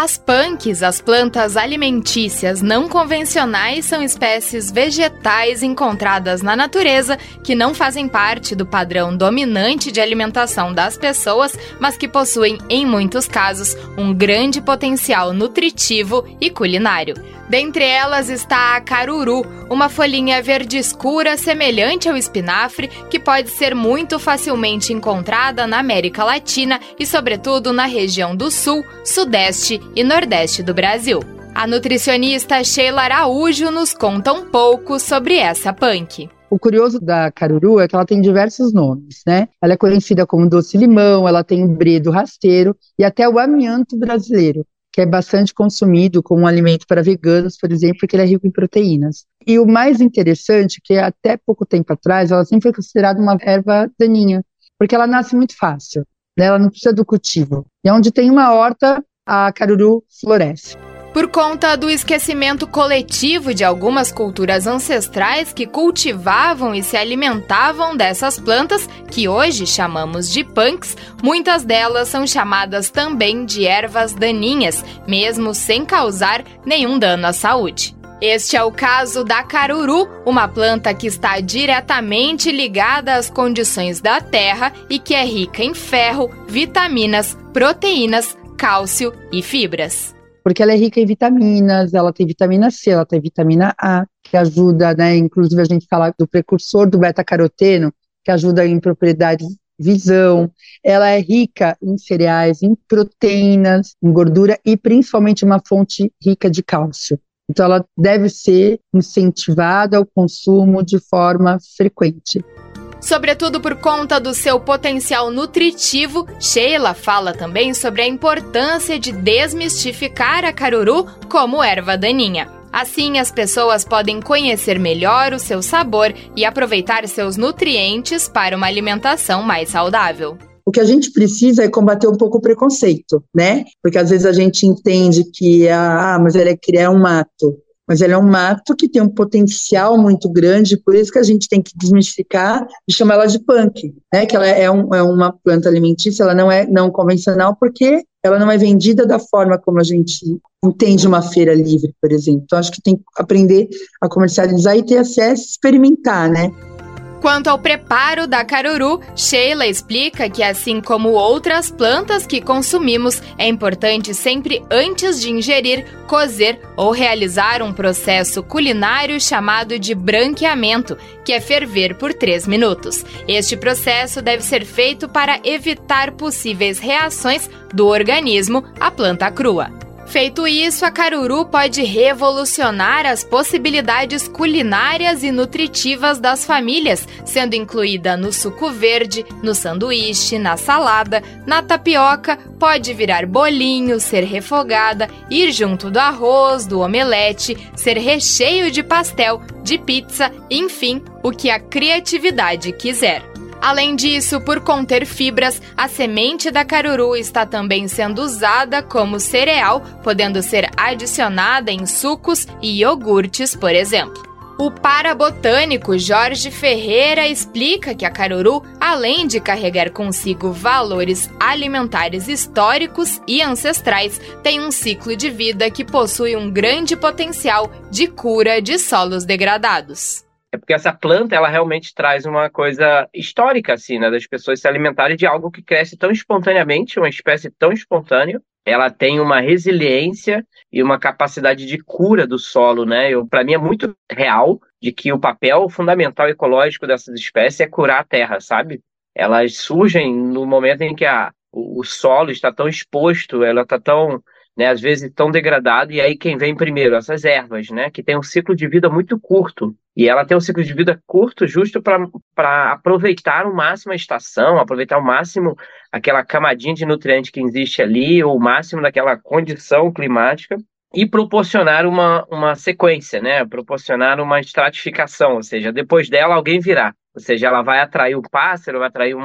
As punks, as plantas alimentícias não convencionais, são espécies vegetais encontradas na natureza que não fazem parte do padrão dominante de alimentação das pessoas, mas que possuem, em muitos casos, um grande potencial nutritivo e culinário. Dentre elas está a caruru, uma folhinha verde escura semelhante ao espinafre que pode ser muito facilmente encontrada na América Latina e, sobretudo, na região do Sul, Sudeste e Nordeste do Brasil. A nutricionista Sheila Araújo nos conta um pouco sobre essa punk. O curioso da caruru é que ela tem diversos nomes, né? Ela é conhecida como doce-limão, ela tem o bredo rasteiro e até o amianto brasileiro, que é bastante consumido como um alimento para veganos, por exemplo, porque ele é rico em proteínas. E o mais interessante é que até pouco tempo atrás ela sempre foi considerada uma erva daninha, porque ela nasce muito fácil, né? Ela não precisa do cultivo. E onde tem uma horta, a caruru floresce. Por conta do esquecimento coletivo de algumas culturas ancestrais que cultivavam e se alimentavam dessas plantas, que hoje chamamos de punks, muitas delas são chamadas também de ervas daninhas, mesmo sem causar nenhum dano à saúde. Este é o caso da caruru, uma planta que está diretamente ligada às condições da terra e que é rica em ferro, vitaminas, proteínas, cálcio e fibras. Porque ela é rica em vitaminas, ela tem vitamina C, ela tem vitamina A, que ajuda, né, inclusive a gente fala do precursor do beta-caroteno, que ajuda em propriedades visão. Ela é rica em cereais, em proteínas, em gordura e principalmente uma fonte rica de cálcio. Então ela deve ser incentivada ao consumo de forma frequente. Sobretudo por conta do seu potencial nutritivo, Sheila fala também sobre a importância de desmistificar a caruru como erva daninha. Assim, as pessoas podem conhecer melhor o seu sabor e aproveitar seus nutrientes para uma alimentação mais saudável. O que a gente precisa é combater um pouco o preconceito, né? Porque às vezes a gente entende que, mas ele é um mato. Mas ele é um mato que tem um potencial muito grande, por isso que a gente tem que desmistificar e chamar ela de punk, né? Que ela é uma planta alimentícia, ela não é não convencional, porque ela não é vendida da forma como a gente entende uma feira livre, por exemplo. Então, acho que tem que aprender a comercializar e ter acesso, experimentar, né? Quanto ao preparo da caruru, Sheila explica que, assim como outras plantas que consumimos, é importante sempre, antes de ingerir, cozer ou realizar um processo culinário chamado de branqueamento, que é ferver por 3 minutos. Este processo deve ser feito para evitar possíveis reações do organismo à planta crua. Feito isso, a caruru pode revolucionar as possibilidades culinárias e nutritivas das famílias, sendo incluída no suco verde, no sanduíche, na salada, na tapioca, pode virar bolinho, ser refogada, ir junto do arroz, do omelete, ser recheio de pastel, de pizza, enfim, o que a criatividade quiser. Além disso, por conter fibras, a semente da caruru está também sendo usada como cereal, podendo ser adicionada em sucos e iogurtes, por exemplo. O parabotânico Jorge Ferreira explica que a caruru, além de carregar consigo valores alimentares históricos e ancestrais, tem um ciclo de vida que possui um grande potencial de cura de solos degradados. É porque essa planta, ela realmente traz uma coisa histórica, assim, né, das pessoas se alimentarem de algo que cresce tão espontaneamente, uma espécie tão espontânea. Ela tem uma resiliência e uma capacidade de cura do solo, né? Para mim é muito real de que o papel fundamental ecológico dessas espécies é curar a terra, sabe? Elas surgem no momento em que o solo está tão exposto, ela está tão, né, às vezes tão degradado, e aí quem vem primeiro? Essas ervas, né? Que tem um ciclo de vida muito curto. E ela tem um ciclo de vida curto justo para aproveitar ao máximo a estação, aproveitar ao máximo aquela camadinha de nutriente que existe ali, ou o máximo daquela condição climática, e proporcionar uma sequência, né? Proporcionar uma estratificação, ou seja, depois dela alguém virá. Ou seja, ela vai atrair o pássaro, vai atrair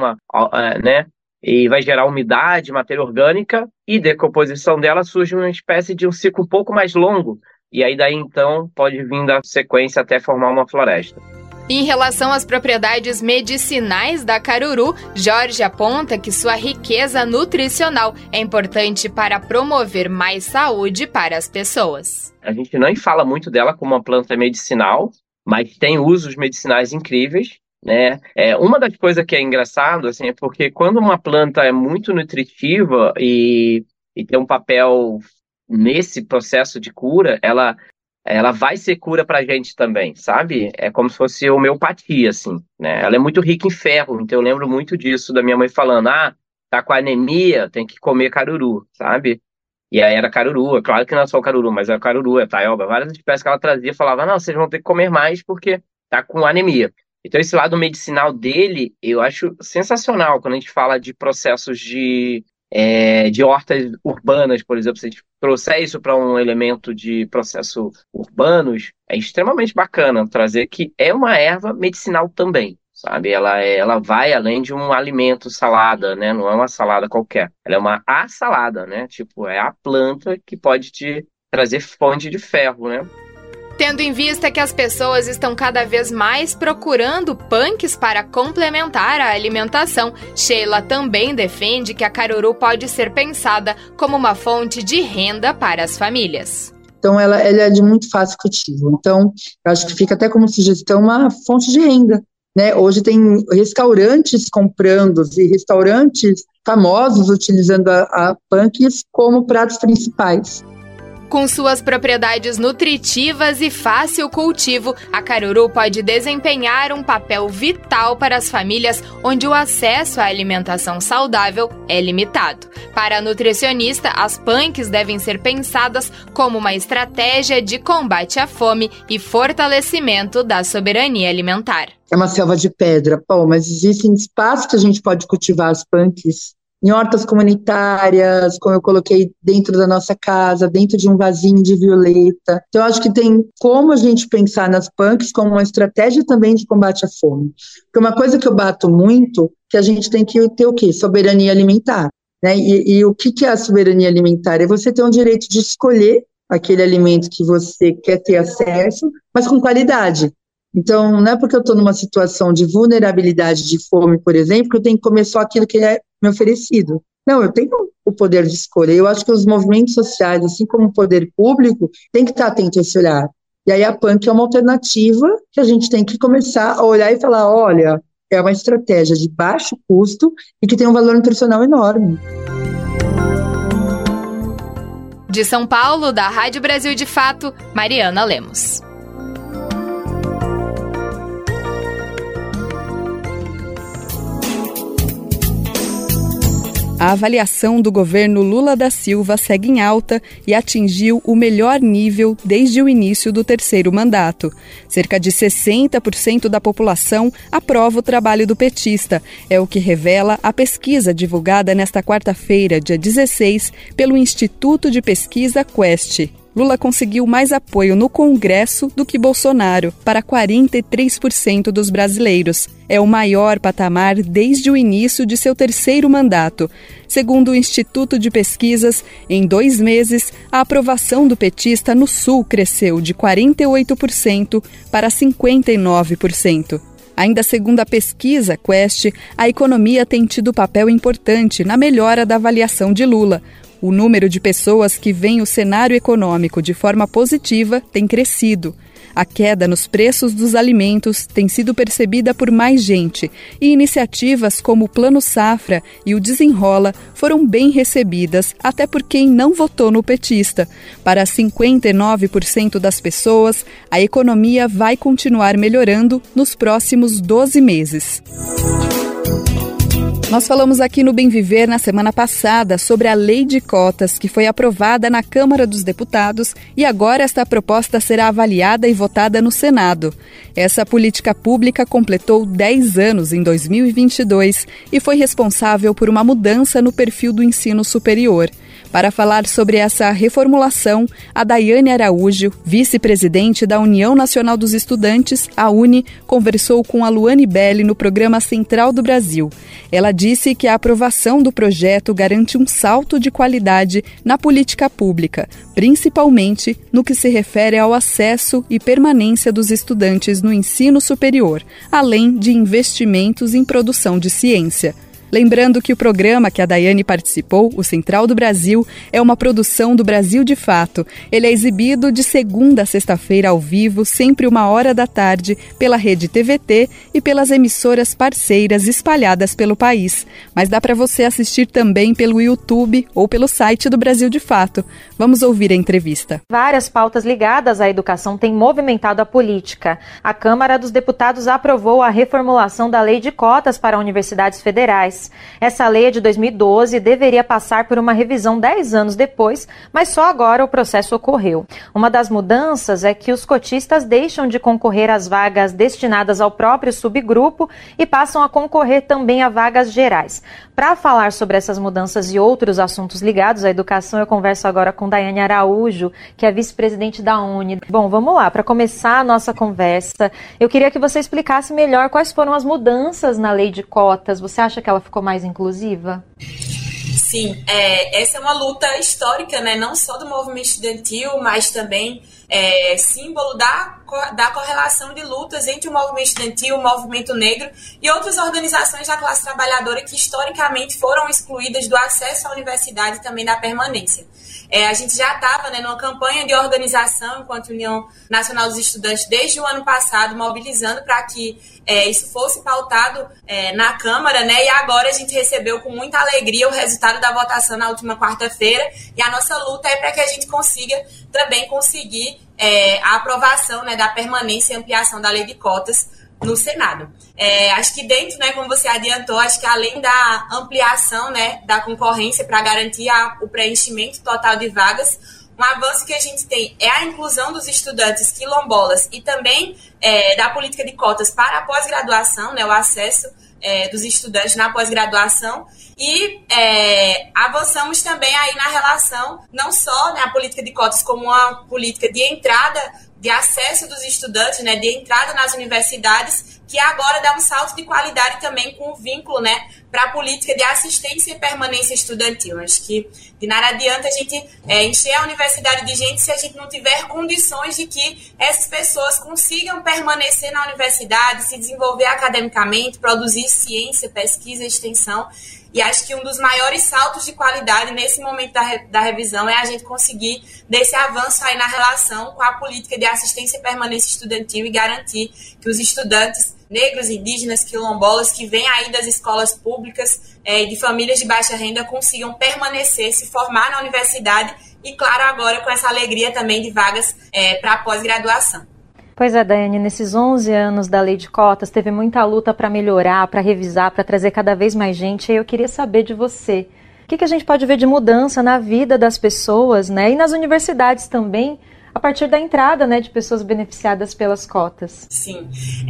né? E vai gerar umidade, matéria orgânica, e decomposição dela surge uma espécie de um ciclo um pouco mais longo. E aí daí então pode vir da sequência até formar uma floresta. Em relação às propriedades medicinais da caruru, Jorge aponta que sua riqueza nutricional é importante para promover mais saúde para as pessoas. A gente não fala muito dela como uma planta medicinal, mas tem usos medicinais incríveis, né? Uma das coisas que é engraçado, assim, é porque quando uma planta é muito nutritiva e tem um papel nesse processo de cura, ela vai ser cura pra gente também, sabe? É como se fosse homeopatia, assim, né? Ela é muito rica em ferro, então eu lembro muito disso, da minha mãe falando, tá com anemia, tem que comer caruru, sabe? E aí era caruru, é claro que não é só o caruru, mas é caruru, é taioba, várias espécies que ela trazia, falava, não, vocês vão ter que comer mais porque tá com anemia. Então esse lado medicinal dele, eu acho sensacional, quando a gente fala de processos de hortas urbanas, por exemplo, se a gente trouxer isso para um elemento de processos urbanos, é extremamente bacana trazer que é uma erva medicinal também, sabe? Ela vai além de um alimento, salada, né? Não é uma salada qualquer, ela é uma salada, né? Tipo, é a planta que pode te trazer fonte de ferro, né? Tendo em vista que as pessoas estão cada vez mais procurando punks para complementar a alimentação, Sheila também defende que a caruru pode ser pensada como uma fonte de renda para as famílias. Então, ela é de muito fácil cultivo. Então, eu acho que fica até como sugestão uma fonte de renda, né? Hoje tem restaurantes comprando e restaurantes famosos utilizando a punks como pratos principais. Com suas propriedades nutritivas e fácil cultivo, a caruru pode desempenhar um papel vital para as famílias onde o acesso à alimentação saudável é limitado. Para a nutricionista, as punks devem ser pensadas como uma estratégia de combate à fome e fortalecimento da soberania alimentar. É uma selva de pedra, mas existem espaços que a gente pode cultivar as punks. Em hortas comunitárias, como eu coloquei dentro da nossa casa, dentro de um vasinho de violeta. Então, eu acho que tem como a gente pensar nas punks como uma estratégia também de combate à fome. Porque uma coisa que eu bato muito, que a gente tem que ter o quê? Soberania alimentar. Né? E o que é a soberania alimentar? É você ter um direito de escolher aquele alimento que você quer ter acesso, mas com qualidade. Então, não é porque eu estou numa situação de vulnerabilidade, de fome, por exemplo, que eu tenho que comer só aquilo que é me oferecido. Não, eu tenho o poder de escolha. Eu acho que os movimentos sociais, assim como o poder público, tem que estar atento a esse olhar. E aí a punk é uma alternativa que a gente tem que começar a olhar e falar, olha, é uma estratégia de baixo custo e que tem um valor nutricional enorme. De São Paulo, da Rádio Brasil de Fato, Mariana Lemos. A avaliação do governo Lula da Silva segue em alta e atingiu o melhor nível desde o início do terceiro mandato. Cerca de 60% da população aprova o trabalho do petista. É o que revela a pesquisa divulgada nesta quarta-feira, dia 16, pelo Instituto de Pesquisa Quest. Lula conseguiu mais apoio no Congresso do que Bolsonaro, para 43% dos brasileiros. É o maior patamar desde o início de seu terceiro mandato. Segundo o Instituto de Pesquisas, em 2 meses, a aprovação do petista no Sul cresceu de 48% para 59%. Ainda segundo a pesquisa Quest, a economia tem tido papel importante na melhora da avaliação de Lula. O número de pessoas que veem o cenário econômico de forma positiva tem crescido. A queda nos preços dos alimentos tem sido percebida por mais gente e iniciativas como o Plano Safra e o Desenrola foram bem recebidas até por quem não votou no petista. Para 59% das pessoas, a economia vai continuar melhorando nos próximos 12 meses. Nós falamos aqui no Bem Viver na semana passada sobre a lei de cotas que foi aprovada na Câmara dos Deputados e agora esta proposta será avaliada e votada no Senado. Essa política pública completou 10 anos em 2022 e foi responsável por uma mudança no perfil do ensino superior. Para falar sobre essa reformulação, a Daiane Araújo, vice-presidente da União Nacional dos Estudantes, a UNE, conversou com a Luane Belli no programa Central do Brasil. Ela disse que a aprovação do projeto garante um salto de qualidade na política pública, principalmente no que se refere ao acesso e permanência dos estudantes no ensino superior, além de investimentos em produção de ciência. Lembrando que o programa que a Daiane participou, o Central do Brasil, é uma produção do Brasil de Fato. Ele é exibido de segunda a sexta-feira ao vivo, sempre 13h, pela Rede TVT e pelas emissoras parceiras espalhadas pelo país. Mas dá para você assistir também pelo YouTube ou pelo site do Brasil de Fato. Vamos ouvir a entrevista. Várias pautas ligadas à educação têm movimentado a política. A Câmara dos Deputados aprovou a reformulação da Lei de Cotas para universidades federais. Essa lei é de 2012 e deveria passar por uma revisão 10 anos depois, mas só agora o processo ocorreu. Uma das mudanças é que os cotistas deixam de concorrer às vagas destinadas ao próprio subgrupo e passam a concorrer também a vagas gerais. Para falar sobre essas mudanças e outros assuntos ligados à educação, eu converso agora com Daiane Araújo, que é vice-presidente da UNE. Bom, vamos lá, para começar a nossa conversa, eu queria que você explicasse melhor quais foram as mudanças na lei de cotas. Você acha que ela ficou mais inclusiva? Sim, essa é uma luta histórica, né? Não só do movimento estudantil, mas também símbolo da correlação de lutas entre o movimento estudantil, o movimento negro e outras organizações da classe trabalhadora que historicamente foram excluídas do acesso à universidade e também da permanência. A gente já estava, né, numa campanha de organização enquanto União Nacional dos Estudantes desde o ano passado, mobilizando para que isso fosse pautado na Câmara, né, e agora a gente recebeu com muita alegria o resultado da votação na última quarta-feira, e a nossa luta é para que a gente consiga também conseguir a aprovação, né, da permanência e ampliação da lei de cotas no Senado. Acho que dentro, né, como você adiantou, acho que além da ampliação, né, da concorrência para garantir o preenchimento total de vagas, um avanço que a gente tem é a inclusão dos estudantes quilombolas e também da política de cotas para a pós-graduação, né, o acesso dos estudantes na pós-graduação, e avançamos também aí na relação, não só, né, a política de cotas como uma política de entrada, de acesso dos estudantes, né, de entrada nas universidades, que agora dá um salto de qualidade também com o vínculo, né, para a política de assistência e permanência estudantil. Acho que de nada adianta a gente encher a universidade de gente se a gente não tiver condições de que essas pessoas consigam permanecer na universidade, se desenvolver academicamente, produzir ciência, pesquisa e extensão. E acho que um dos maiores saltos de qualidade nesse momento da revisão é a gente conseguir desse avanço aí na relação com a política de assistência e permanência estudantil e garantir que os estudantes negros, indígenas, quilombolas que vêm aí das escolas públicas e de famílias de baixa renda consigam permanecer, se formar na universidade e, claro, agora com essa alegria também de vagas para pós-graduação. Pois é, Daiane, nesses 11 anos da lei de cotas, teve muita luta para melhorar, para revisar, para trazer cada vez mais gente. E eu queria saber de você, o que a gente pode ver de mudança na vida das pessoas, né, e nas universidades também, a partir da entrada, né, de pessoas beneficiadas pelas cotas? Sim.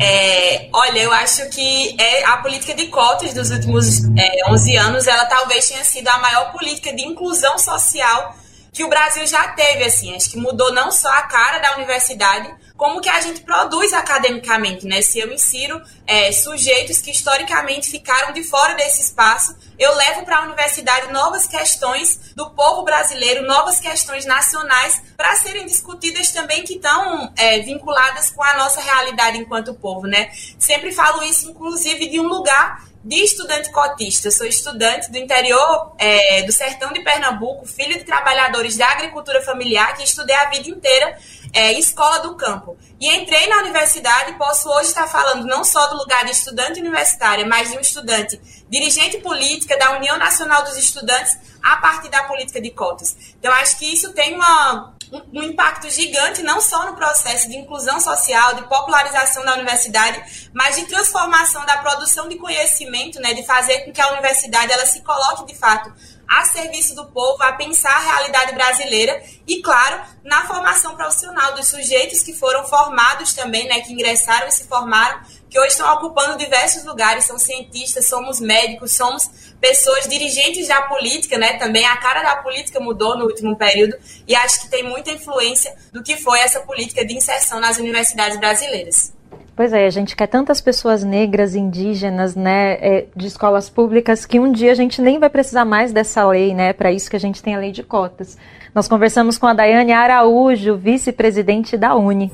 Olha, eu acho que a política de cotas dos últimos 11 anos, ela talvez tenha sido a maior política de inclusão social que o Brasil já teve, assim. Acho que mudou não só a cara da universidade, como que a gente produz academicamente, né? Se eu insiro sujeitos que historicamente ficaram de fora desse espaço, eu levo para a universidade novas questões do povo brasileiro, novas questões nacionais para serem discutidas também, que estão vinculadas com a nossa realidade enquanto povo, né? Sempre falo isso, inclusive, de um lugar de estudante cotista. Eu sou estudante do interior do sertão de Pernambuco, filho de trabalhadores da agricultura familiar, que estudei a vida inteira escola do campo. E entrei na universidade e posso hoje estar falando não só do lugar de estudante universitária, mas de um estudante dirigente política da União Nacional dos Estudantes a partir da política de cotas. Então, acho que isso tem um impacto gigante, não só no processo de inclusão social, de popularização da universidade, mas de transformação da produção de conhecimento, né, de fazer com que a universidade ela se coloque, de fato, a serviço do povo, a pensar a realidade brasileira e, claro, na formação profissional dos sujeitos que foram formados também, né, que ingressaram e se formaram que hoje estão ocupando diversos lugares, são cientistas, somos médicos, somos pessoas dirigentes da política, né? Também a cara da política mudou no último período e acho que tem muita influência do que foi essa política de inserção nas universidades brasileiras. Pois é, a gente quer tantas pessoas negras, indígenas, né, de escolas públicas, que um dia a gente nem vai precisar mais dessa lei, né? Para isso que a gente tem a lei de cotas. Nós conversamos com a Daiane Araújo, vice-presidente da UNE.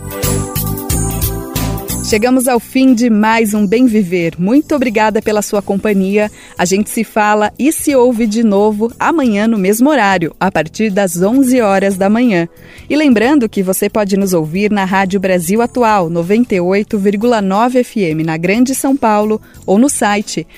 Chegamos ao fim de mais um Bem Viver. Muito obrigada pela sua companhia. A gente se fala e se ouve de novo amanhã no mesmo horário, a partir das 11 horas da manhã. E lembrando que você pode nos ouvir na Rádio Brasil Atual, 98,9 FM na Grande São Paulo ou no site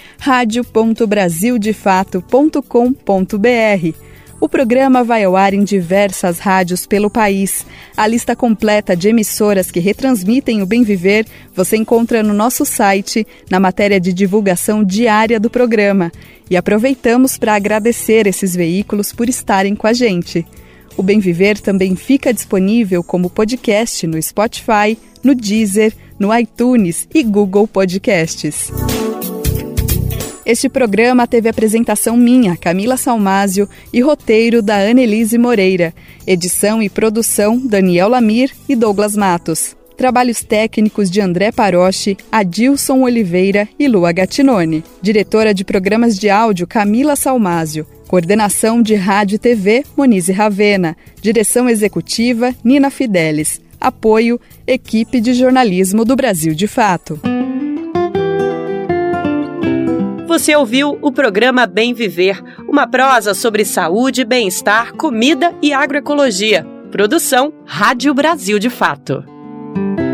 radio.brasildefato.com.br. O programa vai ao ar em diversas rádios pelo país. A lista completa de emissoras que retransmitem o Bem Viver você encontra no nosso site, na matéria de divulgação diária do programa. E aproveitamos para agradecer esses veículos por estarem com a gente. O Bem Viver também fica disponível como podcast no Spotify, no Deezer, no iTunes e Google Podcasts. Este programa teve apresentação minha, Camila Salmásio, e roteiro da Annelise Moreira. Edição e produção, Daniel Lamir e Douglas Matos. Trabalhos técnicos de André Paroche, Adilson Oliveira e Lua Gattinone. Diretora de programas de áudio, Camila Salmásio. Coordenação de Rádio e TV, Monize Ravena. Direção executiva, Nina Fidelis. Apoio, Equipe de Jornalismo do Brasil de Fato. Você ouviu o programa Bem Viver, uma prosa sobre saúde, bem-estar, comida e agroecologia. Produção Rádio Brasil de Fato.